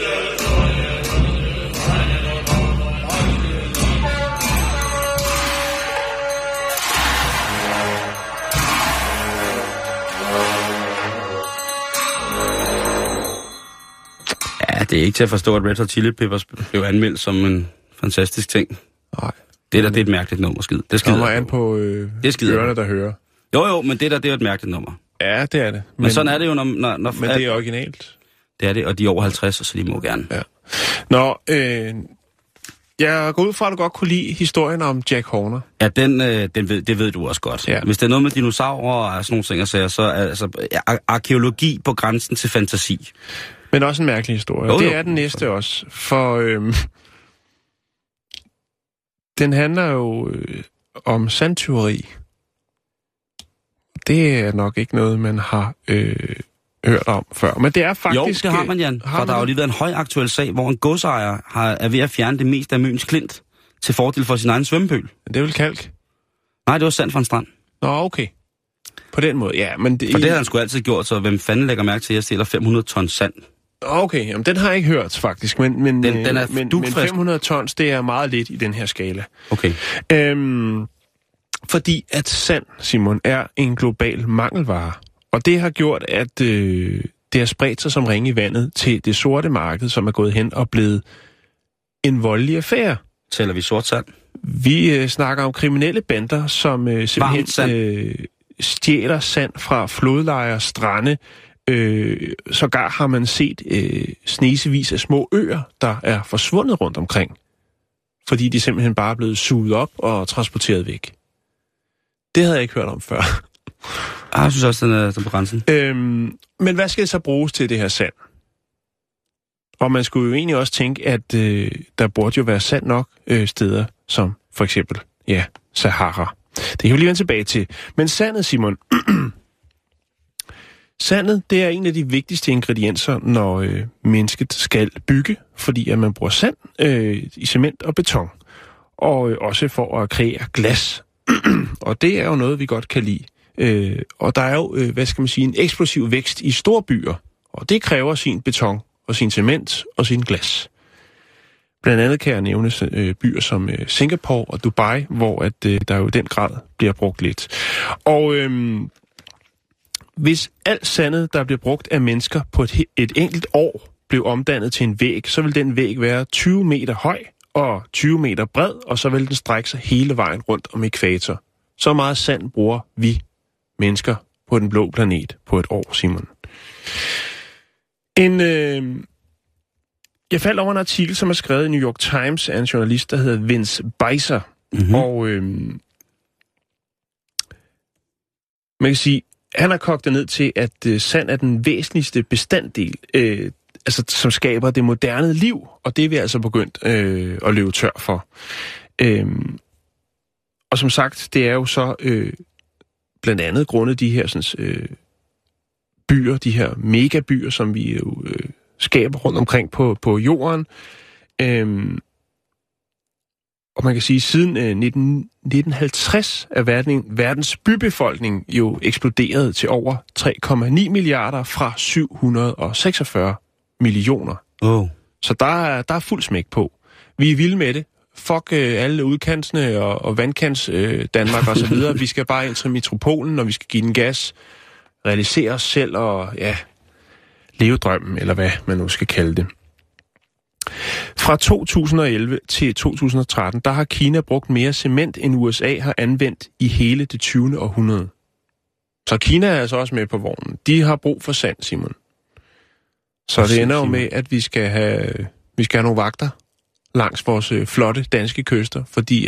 Speaker 4: Ja, det er ikke til at forstå, at Red Hot Chili Peppers blev anmeldt som en fantastisk ting.
Speaker 5: Nej.
Speaker 4: Det er et mærkeligt nummer, skid. Det
Speaker 5: kommer an på ørerne, der hører.
Speaker 4: Jo, men det er et mærkeligt nummer.
Speaker 5: Ja, det er det.
Speaker 4: Men sådan er det jo, når
Speaker 5: men det er originalt.
Speaker 4: Det er det, og de er over 50, så de må gerne.
Speaker 5: Ja. Nå, jeg går ud fra, at du godt kunne lide historien om Jack Horner.
Speaker 4: Ja, det ved du også godt.
Speaker 5: Ja.
Speaker 4: Hvis det er noget med dinosaurer og sådan nogle ting, så er altså arkæologi på grænsen til fantasi.
Speaker 5: Men også en mærkelig historie. Jo. Det er den næste også. For den handler jo om sandtyveri. Det er nok ikke noget, man har hørt om før. Men det er faktisk...
Speaker 4: Jo, det har man, Jan. For der har jo lige været en højaktuel sag, hvor en godsejer er ved at fjerne det meste af Møns Klint til fordel for sin egen svømmepøl.
Speaker 5: Det er vel kalk?
Speaker 4: Nej, det var sand fra en strand.
Speaker 5: Nå, okay. På den måde, ja. Men
Speaker 4: for det har han sgu altid gjort, så hvem fanden lægger mærke til, at jeg stjæler 500 tons sand?
Speaker 5: Okay, jamen den har jeg ikke hørt, faktisk. Men
Speaker 4: den er
Speaker 5: men 500 tons, det er meget lidt i den her skala.
Speaker 4: Okay.
Speaker 5: Fordi at sand, Simon, er en global mangelvare. Og det har gjort, at det har spredt sig som ringe i vandet til det sorte marked, som er gået hen og blevet en voldelig affære.
Speaker 4: Tæller vi sort sand?
Speaker 5: Vi snakker om kriminelle bander, som simpelthen stjæler sand fra flodlejre, strande, Sågar har man set snesevis af små øer, der er forsvundet rundt omkring, fordi de simpelthen bare er blevet suget op og transporteret væk. Det havde jeg ikke hørt om før.
Speaker 4: Jeg synes også, den er på grænsen.
Speaker 5: Men hvad skal det så bruges til, det her sand? Og man skulle jo egentlig også tænke, at der burde jo være sand nok steder, som for eksempel, Sahara. Det kan vi lige vende tilbage til. Men sandet, Simon. Sandet, det er en af de vigtigste ingredienser, når mennesket skal bygge, fordi at man bruger sand i cement og beton. Og også for at kreere glas. Og det er jo noget, vi godt kan lide. Og der er jo, en eksplosiv vækst i store byer. Og det kræver sin beton og sin cement og sin glas. Blandt andet kan jeg nævne byer som Singapore og Dubai, hvor at, der jo i den grad bliver brugt lidt. Og hvis alt sandet, der bliver brugt af mennesker på et enkelt år, blev omdannet til en væg, så vil den væg være 20 meter høj og 20 meter bred, og så vil den strække sig hele vejen rundt om ækvator. Så meget sand bruger vi mennesker på den blå planet på et år, Simon. Jeg faldt over en artikel, som er skrevet i New York Times af en journalist, der hedder Vince Beiser. Mm-hmm. Og man kan sige, han har kogt det ned til, at sand er den væsentligste bestanddel, som skaber det moderne liv, og det er vi altså begyndt at løbe tør for. Og som sagt, det er jo så blandt andet grundet de her byer, de her megabyer, som vi jo skaber rundt omkring på jorden. Og man kan sige, at siden 1950 er verdens bybefolkning jo eksploderet til over 3,9 milliarder fra 746 millioner. Oh. Så der er fuld smæk på. Vi er vilde med det. Fuck alle udkantsene og vandkants Danmark og så videre. Vi skal bare ind til metropolen, og vi skal give den gas, realisere os selv og leve drømmen, eller hvad man nu skal kalde det. Fra 2011 til 2013, der har Kina brugt mere cement, end USA har anvendt i hele det 20. århundrede. Så Kina er altså også med på vognen. De har brug for sand, Simon. Så det ender jo med, at vi skal have nogle vagter langs vores flotte danske kyster, fordi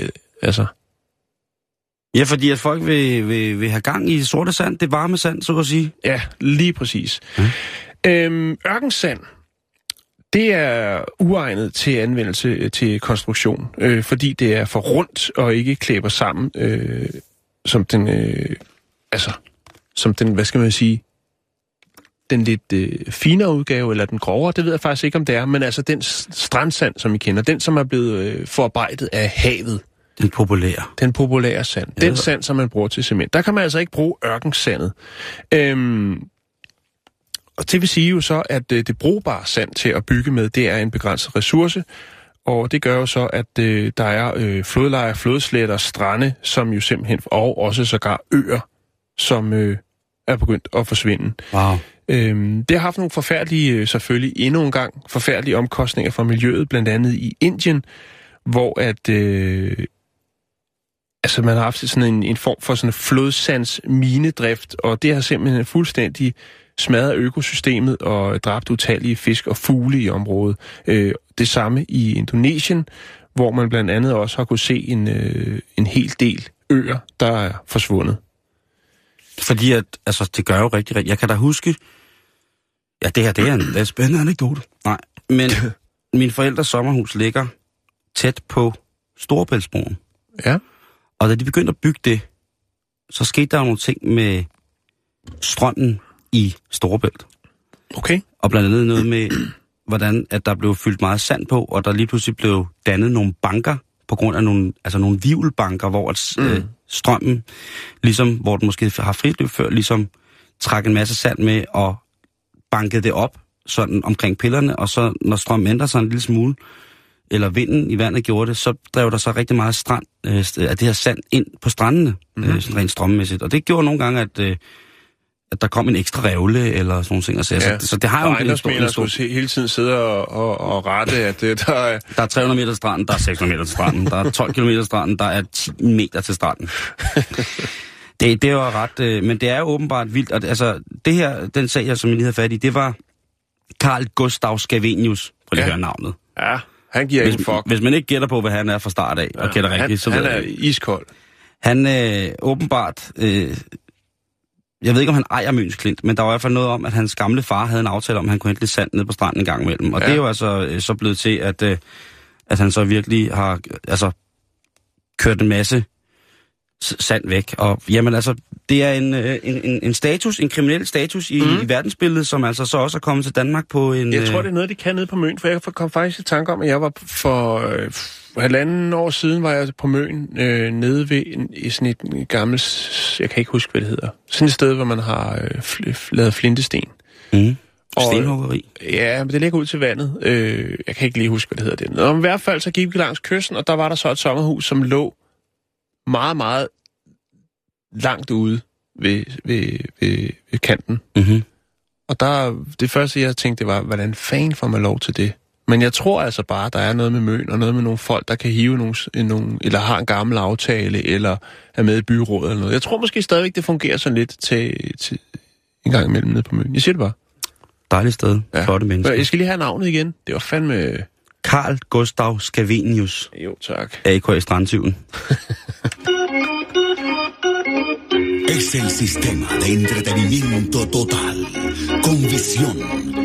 Speaker 4: Ja, fordi at folk vil have gang i sorte sand, det varme sand, så at sige.
Speaker 5: Ja, lige præcis. Ørkensand, det er uegnet til anvendelse til konstruktion, fordi det er for rundt og ikke klæber sammen, som den, hvad skal man sige, den lidt finere udgave, eller den grovere, det ved jeg faktisk ikke, om det er, men altså den strandsand, som I kender, den, som er blevet forarbejdet af havet.
Speaker 4: Den populære
Speaker 5: sand. Den sand, som man bruger til cement. Der kan man altså ikke bruge ørkensandet. Og det vil sige jo så, at det brugbare sand til at bygge med, det er en begrænset ressource, og det gør jo så, at der er flodlejer, flodsletter, strande, som jo simpelthen, og også sågar øer, som er begyndt at forsvinde. Wow. Det har haft nogle forfærdelige, selvfølgelig endnu en gang, forfærdelige omkostninger for miljøet, blandt andet i Indien, hvor at man har haft sådan en form for sådan en flodsands minedrift, og det har simpelthen fuldstændig smadret økosystemet og dræbt utallige fisk og fugle i området. Det samme i Indonesien, hvor man blandt andet også har kunne se en hel del øer, der er forsvundet.
Speaker 4: Fordi at, det gør jo rigtig. Jeg kan da huske, det her, det er en spændende anekdote. Nej, men min forældres sommerhus ligger tæt på Storebæltsbroen.
Speaker 5: Ja.
Speaker 4: Og da de begyndte at bygge det, så skete der jo nogle ting med strømmen i Storebælt.
Speaker 5: Okay.
Speaker 4: Og blandt andet noget med, hvordan at der blev fyldt meget sand på, og der lige pludselig blev dannet nogle banker, på grund af nogle hvirvelbanker, hvor strømmen, ligesom, hvor den måske har fritløb før, ligesom trak en masse sand med og bankede det op sådan omkring pillerne, og så når strømmen ændrer sig en lille smule, eller vinden i vandet gjorde det, så drev der så rigtig meget af det her sand ind på strandene, sådan rent strømmemæssigt. Og det gjorde nogle gange, at der kom en ekstra revle, eller sådan nogle ting. Så det har jo en
Speaker 5: stor... skulle hele tiden sidde og rette, at der er...
Speaker 4: Der er 300 meter til stranden, der er 600 meter til stranden, der er 12 kilometer til stranden, der er 10 meter til stranden. Det er jo ret, men det er jo åbenbart vildt. Og altså, det her, den sag, som jeg lige havde fat i, det var Carl Gustav Scavenius, for at høre navnet.
Speaker 5: Ja, han giver ikke fuck.
Speaker 4: Hvis man ikke gætter på, hvad han er fra start af, og gætter rigtigt, så
Speaker 5: han er iskold.
Speaker 4: Han åbenbart, jeg ved ikke, om han ejer Møns Klint, men der var i hvert fald noget om, at hans gamle far havde en aftale om, at han kunne hente lidt sand ned på stranden en gang imellem. Og det er jo altså så blevet til, at han så virkelig har kørt en masse sand væk. Og jamen altså, det er en status, en kriminel status i verdensbilledet, som altså så også er kommet til Danmark på en...
Speaker 5: Jeg tror, det er noget, de kan nede på Møn, for jeg kom faktisk i tanke om, at jeg var for 1,5 år siden, var jeg på Møn nede ved i sådan et gammelt, jeg kan ikke huske, hvad det hedder, sådan et sted, hvor man har lavet flintesten.
Speaker 4: Stenhuggeri.
Speaker 5: Ja, men det ligger ud til vandet. Jeg kan ikke lige huske, hvad det hedder det. Men i hvert fald så gik vi langs kysten, og der var der så et sommerhus, som lå meget, meget langt ude ved kanten.
Speaker 4: Mm-hmm.
Speaker 5: Og det første, jeg tænkte, det var, hvordan fanden får man lov til det? Men jeg tror altså bare, der er noget med Møn, og noget med nogle folk, der kan hive nogle eller har en gammel aftale, eller er med i byrådet eller noget. Jeg tror måske stadigvæk, det fungerer sådan lidt til en gang imellem nede på Møn. Jeg siger det bare.
Speaker 4: Dejligt sted. Ja. Flotte mennesker.
Speaker 5: Jeg skal lige have navnet igen. Det var fandme...
Speaker 4: Carl Gustav Scavenius.
Speaker 5: Jo, tak.
Speaker 4: A.K.A. Strandtyven.
Speaker 7: Es el sistema de entretenimiento total, con visión,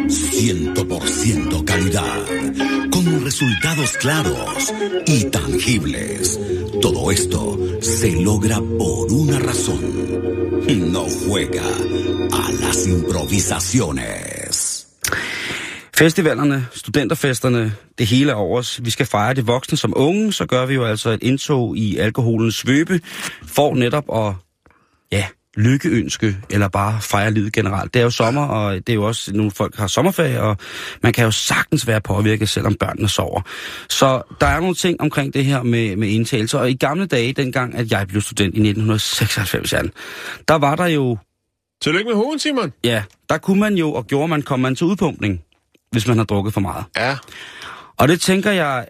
Speaker 7: 100% calidad, con resultados claros y tangibles. Todo esto se logra por una razón. No juega a las improvisaciones.
Speaker 4: Festivalerne, studenterfesterne, det hele er over os. Vi skal fejre det voksne som unge, så gør vi jo altså et indtog i alkoholens svøbe, for netop at, lykkeønske, eller bare fejre livet generelt. Det er jo sommer, og det er jo også, nogle folk har sommerferie, og man kan jo sagtens være påvirket, selvom børnene sover. Så der er nogle ting omkring det her med indtagelse, og i gamle dage, dengang at jeg blev student i 1996, der var der jo...
Speaker 5: Tillykke med hoven, Simon.
Speaker 4: Ja, der kunne man jo, og kom man til udpumpning, hvis man har drukket for meget.
Speaker 5: Ja.
Speaker 4: Og det tænker jeg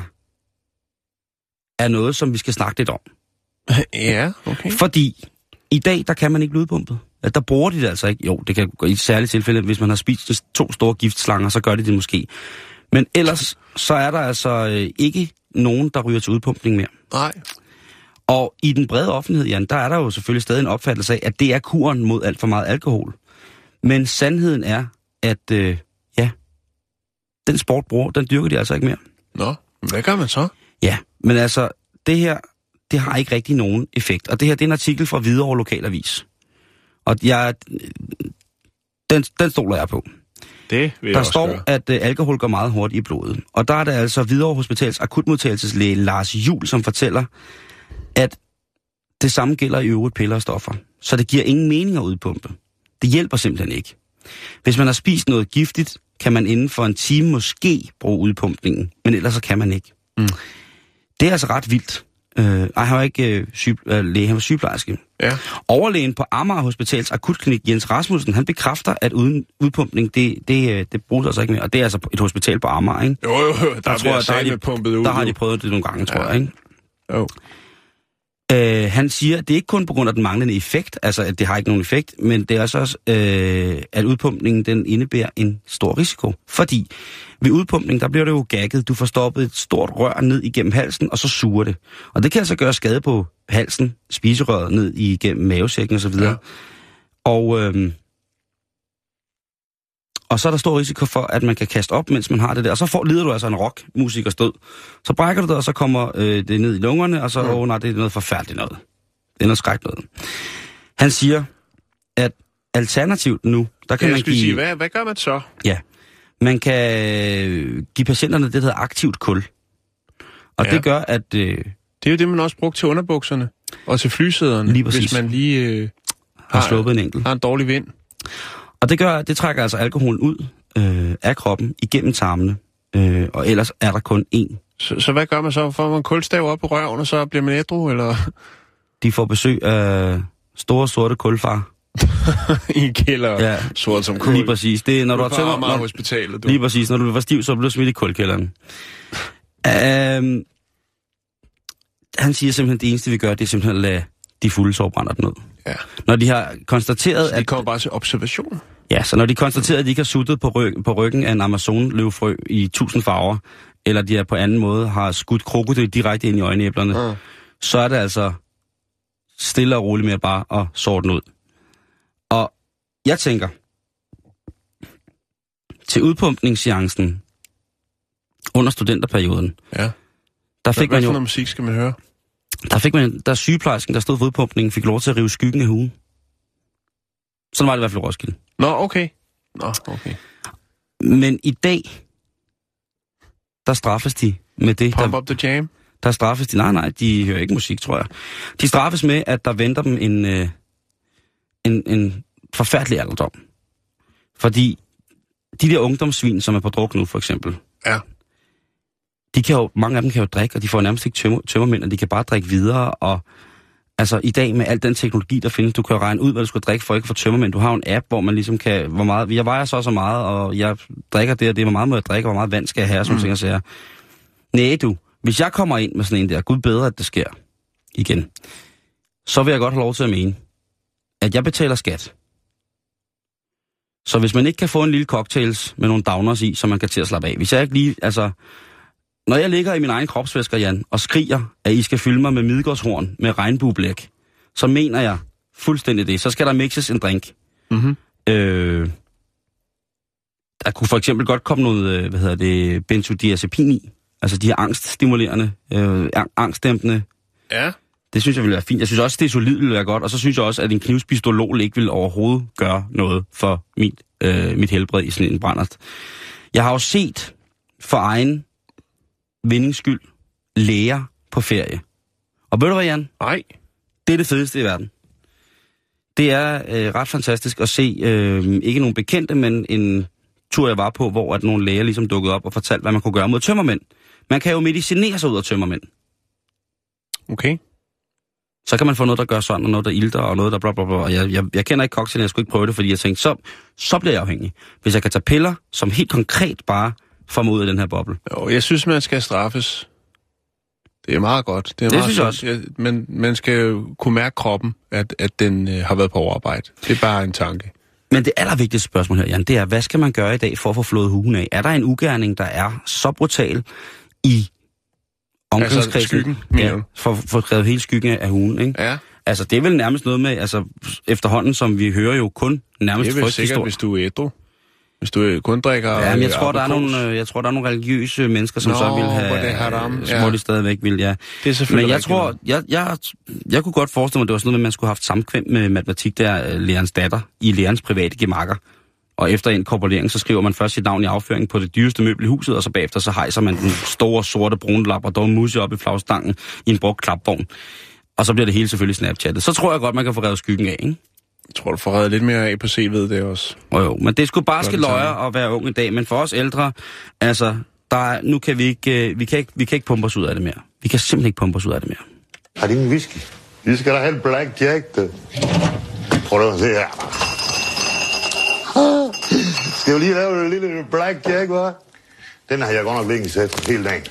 Speaker 4: er noget, som vi skal snakke lidt om.
Speaker 5: Ja, okay.
Speaker 4: Fordi i dag, der kan man ikke blive udpumpet. Der bruger de det altså ikke. Jo, det kan gå i et særligt tilfælde, hvis man har spist 2 store giftslanger, så gør de det måske. Men ellers, så er der altså ikke nogen, der ryger til udpumpning mere.
Speaker 5: Nej.
Speaker 4: Og i den brede offentlighed, Jan, der er der jo selvfølgelig stadig en opfattelse af, at det er kuren mod alt for meget alkohol. Men sandheden er, at den sport bruger, den dyrker de altså ikke mere.
Speaker 5: Nå, hvad gør man så?
Speaker 4: Ja, men altså, det her, det har ikke rigtig nogen effekt. Og det her, det er en artikel fra Hvidovre Lokalavis. Og den stoler jeg på.
Speaker 5: Det vil jeg
Speaker 4: der
Speaker 5: også
Speaker 4: står,
Speaker 5: gøre.
Speaker 4: at alkohol går meget hurtigt i blodet. Og der er det altså Hvidovre Hospitals akutmodtagelseslæge Lars Juhl, som fortæller, at det samme gælder i øvrigt piller og stoffer. Så det giver ingen mening at udpumpe. Det hjælper simpelthen ikke. Hvis man har spist noget giftigt, kan man inden for en time måske bruge udpumpningen, men ellers så kan man ikke. Mm. Det er altså ret vildt. Han var ikke læge, han var sygeplejerske.
Speaker 5: Ja.
Speaker 4: Overlægen på Amager Hospitals akutklinik, Jens Rasmussen, han bekræfter, at uden udpumpning, det bruges altså ikke mere. Og det er altså et hospital på Amager, ikke?
Speaker 5: Jo,
Speaker 4: der har de prøvet det nogle gange, tror jeg, ikke?
Speaker 5: Jo.
Speaker 4: Han siger, at det er ikke kun på grund af den manglende effekt, altså at det har ikke nogen effekt, men det er også, at udpumpningen den indebærer en stor risiko. Fordi ved udpumpning, der bliver det jo gagget. Du får stoppet et stort rør ned igennem halsen, og så suger det. Og det kan altså gøre skade på halsen, spiserøret ned igennem mavesækken osv. Ja. Og så er der stor risiko for, at man kan kaste op, mens man har det der. Og så lider du altså en rockmusikers død. Så brækker du det, og så kommer det ned i lungerne, og så, nej, det er noget forfærdeligt noget. Det er noget skræk noget. Han siger, at alternativt nu, der kan man give...
Speaker 5: Sige, hvad gør man så?
Speaker 4: Ja, man kan give patienterne det, der hedder aktivt kul. Og det gør, at... det
Speaker 5: er jo det, man også brugte til underbukserne. Og til flysæderne, hvis man lige
Speaker 4: har sluppet en enkelt.
Speaker 5: Har en dårlig vind.
Speaker 4: Og det trækker altså alkoholen ud af kroppen igennem tarmene, og ellers er der kun én.
Speaker 5: Så hvad gør man så? Får man kulstav op i røven, og så bliver man ædru, eller?
Speaker 4: De får besøg af store, sorte kulfar.
Speaker 5: I en kælder,
Speaker 4: ja,
Speaker 5: sort som kul.
Speaker 4: Lige præcis. Det er, når du har tømmer...
Speaker 5: meget hospitalet, du.
Speaker 4: Lige præcis. Når du var stiv, så bliver du smidt i kulkælderen. Han siger simpelthen, det eneste vi gør, det er simpelthen at lade de fulde så brænder den ud.
Speaker 5: Ja.
Speaker 4: Når de har konstateret,
Speaker 5: så de kommer bare til observation?
Speaker 4: Ja, så når de konstaterer, at de ikke har suttet på ryggen af en Amazon-løvfrø i 1000 farver, eller de på anden måde har skudt krokodil direkte ind i øjenæblerne, så er det altså stille og roligt med bare at sorte den ud. Og jeg tænker, til udpumpningsseancen under studenterperioden, der fik man jo...
Speaker 5: Hvad for noget musik skal man høre?
Speaker 4: Der sygeplejersken, der stod for udpumpningen, fik lov til at rive skyggen af hugen. Sådan var det i hvert fald Roskilde.
Speaker 5: Nå, okay.
Speaker 4: Men i dag, der straffes de med det...
Speaker 5: Pump up the jam?
Speaker 4: Der straffes de... Nej, de hører ikke musik, tror jeg. De straffes med, at der venter dem en forfærdelig alderdom. Fordi de der ungdomssvin, som er på druk nu, for eksempel...
Speaker 5: Ja.
Speaker 4: Mange af dem kan jo drikke, og de får nærmest ikke tømmermænd, og de kan bare drikke videre, og altså i dag med al den teknologi, der findes, du kan jo regne ud, hvad du skal drikke for ikke at få tømmermænd. Du har en app, hvor man ligesom kan, hvor meget, jeg vejer så meget, og jeg drikker det og det, hvor meget må jeg drikke, og hvor meget vand skal jeg have, som ting og sager. Næh du, hvis jeg kommer ind med sådan en der, gud bedre, at det sker igen, så vil jeg godt have lov til at mene, at jeg betaler skat. Så hvis man ikke kan få en lille cocktails med nogle downers i, så man kan til at slappe af. Hvis jeg ikke lige, altså... Når jeg ligger i min egen kropsvæsker, Jan, og skriger, at I skal fylde mig med midgårdshorn med regnbueblæk, så mener jeg fuldstændig det. Så skal der mixes en drink.
Speaker 5: Mm-hmm.
Speaker 4: Der kunne for eksempel godt komme noget, benzodiazepin i. Altså de her angststimulerende, angstdæmpende.
Speaker 5: Ja.
Speaker 4: Det synes jeg ville være fint. Jeg synes også, det solid ville være godt. Og så synes jeg også, at en knivspistolol ikke vil overhovedet gøre noget for mit helbred i sådan en brændert. Jeg har jo set for egen vindings skyld læger på ferie. Og ved du hvad, Jan?
Speaker 5: Nej.
Speaker 4: Det er det fedeste i verden. Det er ret fantastisk at se, ikke nogen bekendte, men en tur, jeg var på, hvor at nogle læger ligesom dukkede op og fortalte, hvad man kunne gøre mod tømmermænd. Man kan jo medicinere sig ud af tømmermænd.
Speaker 5: Okay.
Speaker 4: Så kan man få noget, der gør sådan, og noget, der ilter, og noget, der bla bla bla. Og jeg kender ikke cocktail, jeg skulle ikke prøve det, fordi jeg tænkte, så bliver jeg afhængig. Hvis jeg kan tage piller, som helt konkret bare får mig ud af den her boble.
Speaker 5: Jo, jeg synes, man skal straffes. Det er meget godt. Det
Speaker 4: meget synes jeg også.
Speaker 5: Ja, men man skal jo kunne mærke kroppen, at den har været på overarbejde. Det er bare en tanke.
Speaker 4: Men det allervigtigste spørgsmål her, Jan, det er, hvad skal man gøre i dag for at få flået hugen af? Er der en ugerning, der er så brutal i omgangskredsen?
Speaker 5: Altså skyggen?
Speaker 4: Ja, for at få skrevet hele skyggen af hugen, ikke?
Speaker 5: Ja.
Speaker 4: Altså, det er vel nærmest noget med, altså efterhånden, som vi hører jo kun nærmest
Speaker 5: frygthistorie. Det er vel sikkert, hvis du er ædru. Hvis du kun drikker...
Speaker 4: Ja, men jeg tror, der er nogle religiøse mennesker, som så vil have... Som de stadigvæk vil, ja.
Speaker 5: Det er selvfølgelig.
Speaker 4: Men jeg tror... Jeg kunne godt forestille mig, at det var sådan noget, at man skulle have haft samkvem med matematik, der lærerens datter, i lærerens private gemakker. Og efter en korporering, så skriver man først sit navn i afføringen på det dyreste møbel i huset, og så bagefter så hejser man den store, sorte, brune labrador musse op i flagstangen i en brugt klapvogn. Og så bliver det hele selvfølgelig Snapchattet. Så tror jeg godt, man kan få revet skyggen af, ikke?
Speaker 5: Jeg tror, du får reddet lidt mere af på CV'et, det også.
Speaker 4: Jo, men det skulle bare ske løjer at være ung i dag. Men for os ældre, altså, nu kan vi ikke pumpe os ud af det mere. Vi kan simpelthen ikke pumpe os ud af det mere.
Speaker 8: Har de ingen whisky? Vi skal da have en Black Jack, det. Prøv at se her. Skal jo lige lave en lille Black Jack, hva'? Den har jeg godt nok ligget sæt hele dagen.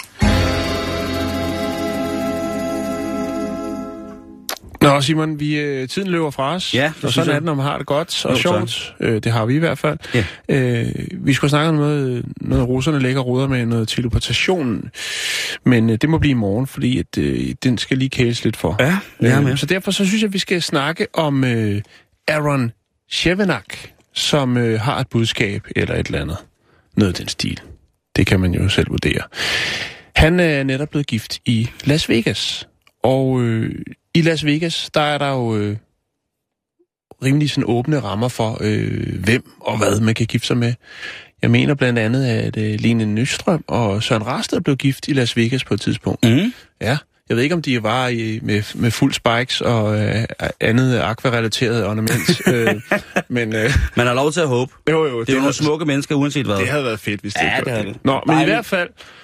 Speaker 5: Nå, Simon, tiden løber fra os,
Speaker 4: ja,
Speaker 5: og sådan er den, når man har det godt og sjovt. Det har vi i hvert fald. Ja. Vi skulle snakke om noget russerne lægger ruder med, noget teleportation, men det må blive i morgen, fordi at, den skal lige kæles lidt for.
Speaker 4: Ja,
Speaker 5: så derfor så synes jeg, at vi skal snakke om Aaron Chevenak, som har et budskab eller et eller andet. Noget af den stil. Det kan man jo selv vurdere. Han er netop blevet gift i Las Vegas, og i Las Vegas, der er der jo rimelig sådan åbne rammer for, hvem og hvad man kan gifte sig med. Jeg mener blandt andet, at Lene Nystrøm og Søren Rasted blev gift i Las Vegas på et tidspunkt.
Speaker 4: Mm.
Speaker 5: Ja, jeg ved ikke, om de var med fuld spikes og andet aquarelateret ornament. Men
Speaker 4: man har lov til at håbe.
Speaker 5: Jo,
Speaker 4: det er jo nogle smukke mennesker, uanset hvad.
Speaker 5: Det havde været fedt, hvis det
Speaker 4: ikke
Speaker 5: det havde det. Nå, men i hvert fald,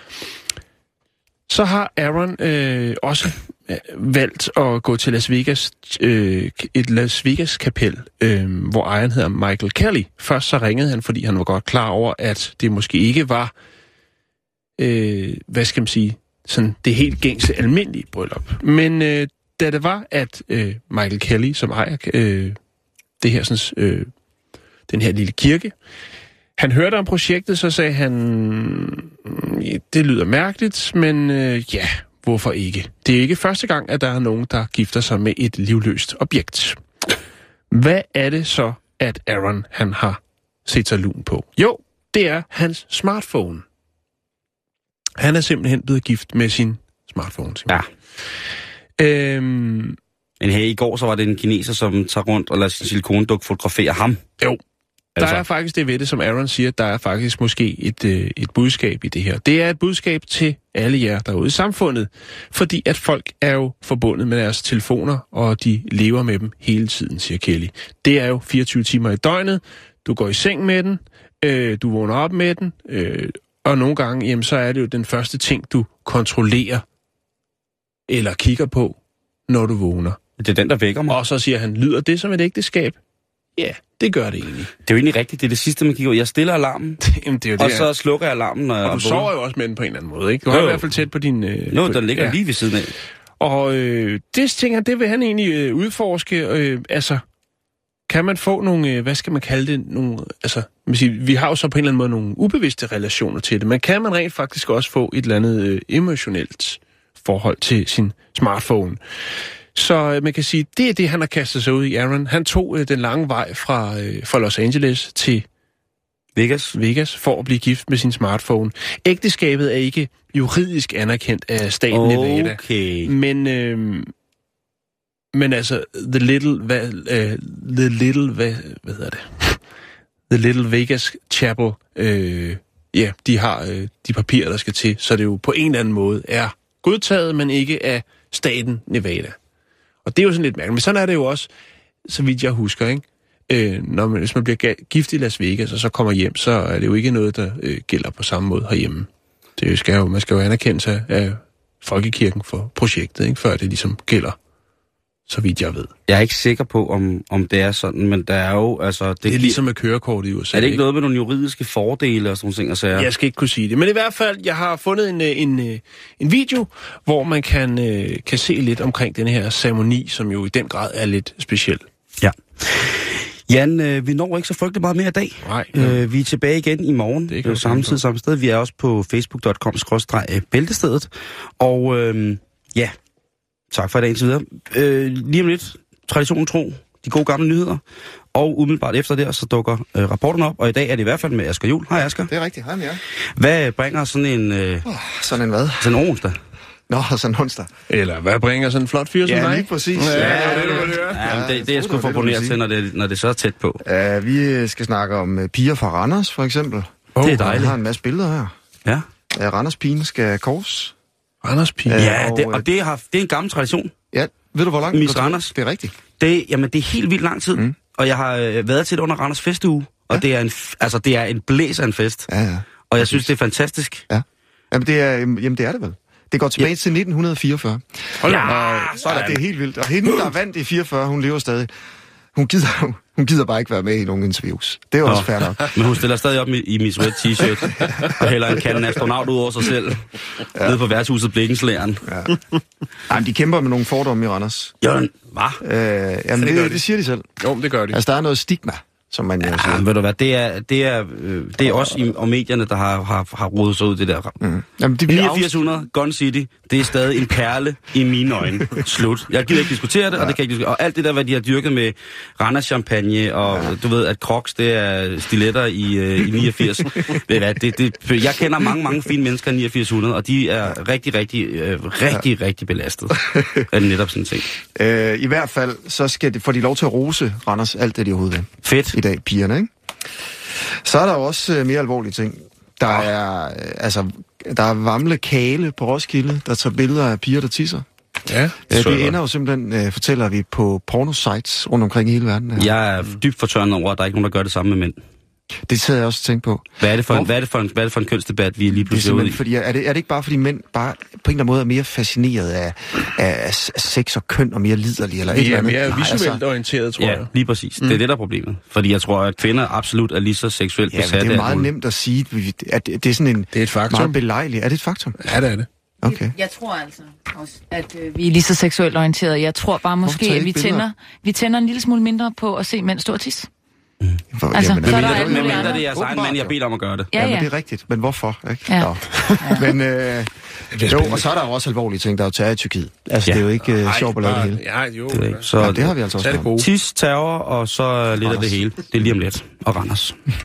Speaker 5: så har Aaron også valgt at gå til Las Vegas, et Las Vegas-kapel, hvor ejeren hedder Michael Kelly. Først så ringede han, fordi han var godt klar over, at det måske ikke var, hvad skal man sige, sådan det helt gængse almindelige bryllup. Men da det var, at Michael Kelly, som ejer det her, sådan, den her lille kirke, han hørte om projektet, så sagde han, det lyder mærkeligt, men ja, hvorfor ikke? Det er ikke første gang, at der er nogen, der gifter sig med et livløst objekt. Hvad er det så, at Aaron han har set sig lun på? Jo, det er hans smartphone. Han er simpelthen blevet gift med sin smartphone.
Speaker 4: Ja. Men her i går, så var det en kineser, som tager rundt og lader sin silikonduk fotografere ham.
Speaker 5: Jo. Der er faktisk det ved det, som Aaron siger, der er faktisk måske et budskab i det her. Det er et budskab til alle jer derude i samfundet, fordi at folk er jo forbundet med deres telefoner, og de lever med dem hele tiden, siger Kelly. Det er jo 24 timer i døgnet, du går i seng med den, du vågner op med den, og nogle gange, jamen, så er det jo den første ting, du kontrollerer eller kigger på, når du vågner.
Speaker 4: Det er den, der vækker mig.
Speaker 5: Og så siger han, lyder det som et ægteskab? Ja, det gør det egentlig.
Speaker 4: Det er jo egentlig rigtigt. Det er det sidste, man kigger ud. Jeg stiller alarmen,
Speaker 5: jamen, det er jo
Speaker 4: og så slukker jeg alarmen, når jeg
Speaker 5: og du sover jo også med den på en eller anden måde, ikke? Du har i hvert fald tæt på din...
Speaker 4: der ligger lige ved siden af.
Speaker 5: Og det tænker det vil han egentlig udforske. Altså, kan man få nogle, hvad skal man kalde det, nogle... Altså, vi har jo så på en eller anden måde nogle ubevidste relationer til det, men kan man rent faktisk også få et eller andet emotionelt forhold til sin smartphone? Så man kan sige, det er det, han har kastet sig ud i, Aaron. Han tog den lange vej fra Los Angeles til Vegas for at blive gift med sin smartphone. Ægteskabet er ikke juridisk anerkendt af staten Nevada. Men altså, The Little Vegas Chapel, de har de papirer, der skal til, så det jo på en eller anden måde er godtaget, men ikke af staten Nevada. Og det er jo sådan lidt mærkeligt. Men sådan er det jo også, så vidt jeg husker, ikke? Hvis man bliver gift i Las Vegas, og så kommer hjem, så er det jo ikke noget, der gælder på samme måde herhjemme. Man skal jo anerkende sig af folkekirken for projektet, ikke? Før det ligesom gælder, så vidt jeg ved.
Speaker 4: Jeg er ikke sikker på, om det er sådan, men der er jo... Altså,
Speaker 5: det er ligesom med kørekort i USA.
Speaker 4: Er det ikke noget med nogle juridiske fordele og sådan nogle ting at sige?
Speaker 5: Jeg skal ikke kunne sige det. Men i hvert fald, jeg har fundet en video, hvor man kan se lidt omkring den her ceremoni, som jo i den grad er lidt speciel. Ja.
Speaker 4: Jan, vi når ikke så frygtelig meget mere i dag.
Speaker 5: Nej.
Speaker 4: Vi er tilbage igen i morgen. Det er samme tid, samme sted. Vi er også på facebook.com/bæltestedet. Og ja, tak for i dag indtil videre. Lige om lidt, traditionen tro, de gode gamle nyheder. Og umiddelbart efter det, så dukker rapporten op. Og i dag er det i hvert fald med Asger Juhl. Hej Asger.
Speaker 9: Det er rigtigt. Hej med jer.
Speaker 4: Hvad bringer sådan en...
Speaker 9: sådan en hvad?
Speaker 4: Sådan en onsdag.
Speaker 9: Nå, sådan en onsdag.
Speaker 5: Eller hvad bringer sådan en flot fyr som dig?
Speaker 9: Ja, lige præcis.
Speaker 4: Det er sgu forponeret til, når det så er tæt på.
Speaker 9: Vi skal snakke om piger fra Randers, for eksempel.
Speaker 4: Det er dejligt.
Speaker 9: Jeg har en masse billeder her.
Speaker 4: Ja.
Speaker 9: Randers-pigen skal kors.
Speaker 5: Randers-pigen?
Speaker 4: Ja, det er en gammel tradition.
Speaker 9: Ja, ved du hvor langt?
Speaker 4: Miss Randers.
Speaker 9: Det er rigtigt.
Speaker 4: Det er helt vildt lang tid. Og jeg har været til det under Randers Festuge. Og det er en blæs af en fest.
Speaker 9: Ja.
Speaker 4: Og jeg synes, det er fantastisk.
Speaker 9: Ja. Jamen, det er det vel. Det går tilbage til 1944.
Speaker 4: Ja,
Speaker 9: sådan. Det er helt vildt. Og hende, der vandt i 44, hun lever stadig. Hun gider bare ikke være med i nogen interviews. Det er også fair nok.
Speaker 4: Men hun stiller stadig op i Miss Red T-shirt og hælder en kande astronaut ud over sig selv. Ja. Nede på værtshuset Blikkenslæren.
Speaker 9: Ja. Ej, de kæmper med nogle fordomme i Randers.
Speaker 4: Hvad?
Speaker 9: Jamen, det siger de selv.
Speaker 5: Jo, det gør de.
Speaker 9: Altså, der er noget stigma, som man jo siger.
Speaker 4: Ved du hvad, det er også og medierne, der har rodet sig ud det der. Jamen, 8900, Gun City, det er stadig en perle i mine øjne. Slut. Jeg gider ikke diskutere det, og det kan ikke diskutere. Og alt det der, hvad de har dyrket med Randers champagne, og du ved, at Crocs, det er stiletter i 89. Ved du hvad, jeg kender mange fine mennesker i 8900, og de er rigtig belastet. Er det netop sådan en ting.
Speaker 9: I hvert fald, så får de lov til at rose Randers alt det, de overhovedet vil.
Speaker 4: Fedt.
Speaker 9: I dag, pigerne, ikke? Så er der også mere alvorlige ting. Der er Vamle Kale på Roskilde, der tager billeder af piger, der tisser.
Speaker 5: Ja,
Speaker 9: det ender jo simpelthen, fortæller vi, på pornosites rundt omkring i hele verden.
Speaker 4: Jeg er dybt fortørnet over, at der er ikke nogen, der gør det samme med mænd.
Speaker 9: Det sad jeg også tænkt på.
Speaker 4: Hvad er det for en kønsdebat, vi lige pludselig er ude i?
Speaker 9: Fordi, er det ikke bare, fordi mænd bare på en eller anden måde er mere fascineret af sex og køn og mere liderlige? Eller et eller andet?
Speaker 5: Vi er visuelt orienteret, tror jeg.
Speaker 4: Ja, lige præcis. Det er det, der er problemet. Fordi jeg tror, at kvinder absolut er lige så seksuelt besatte.
Speaker 9: Ja, det er meget nemt at sige, at det er sådan en...
Speaker 5: Det er et faktum.
Speaker 9: Meget belejligt. Er det et faktum?
Speaker 5: Ja, det er det.
Speaker 9: Okay.
Speaker 10: Jeg tror altså også, at vi er lige så seksuelt orienterede. Jeg tror bare måske, at vi tænder en lille smule mindre på at se mænd stå og tisse.
Speaker 4: Altså, men mindre det er jeres egen mand, jeg beder om at gøre det.
Speaker 9: Ja, men det er rigtigt. Men hvorfor? Ikke? Ja. Men jo, og så er der jo også alvorlige ting, der er jo terror i Tyrkiet. Altså, det er jo ikke sjovt at lave det hele.
Speaker 5: Ja, jo.
Speaker 4: Så
Speaker 9: det har vi altså også.
Speaker 4: Tis, terror, og så lidt af det hele. Det er lige om lidt. Og Randers.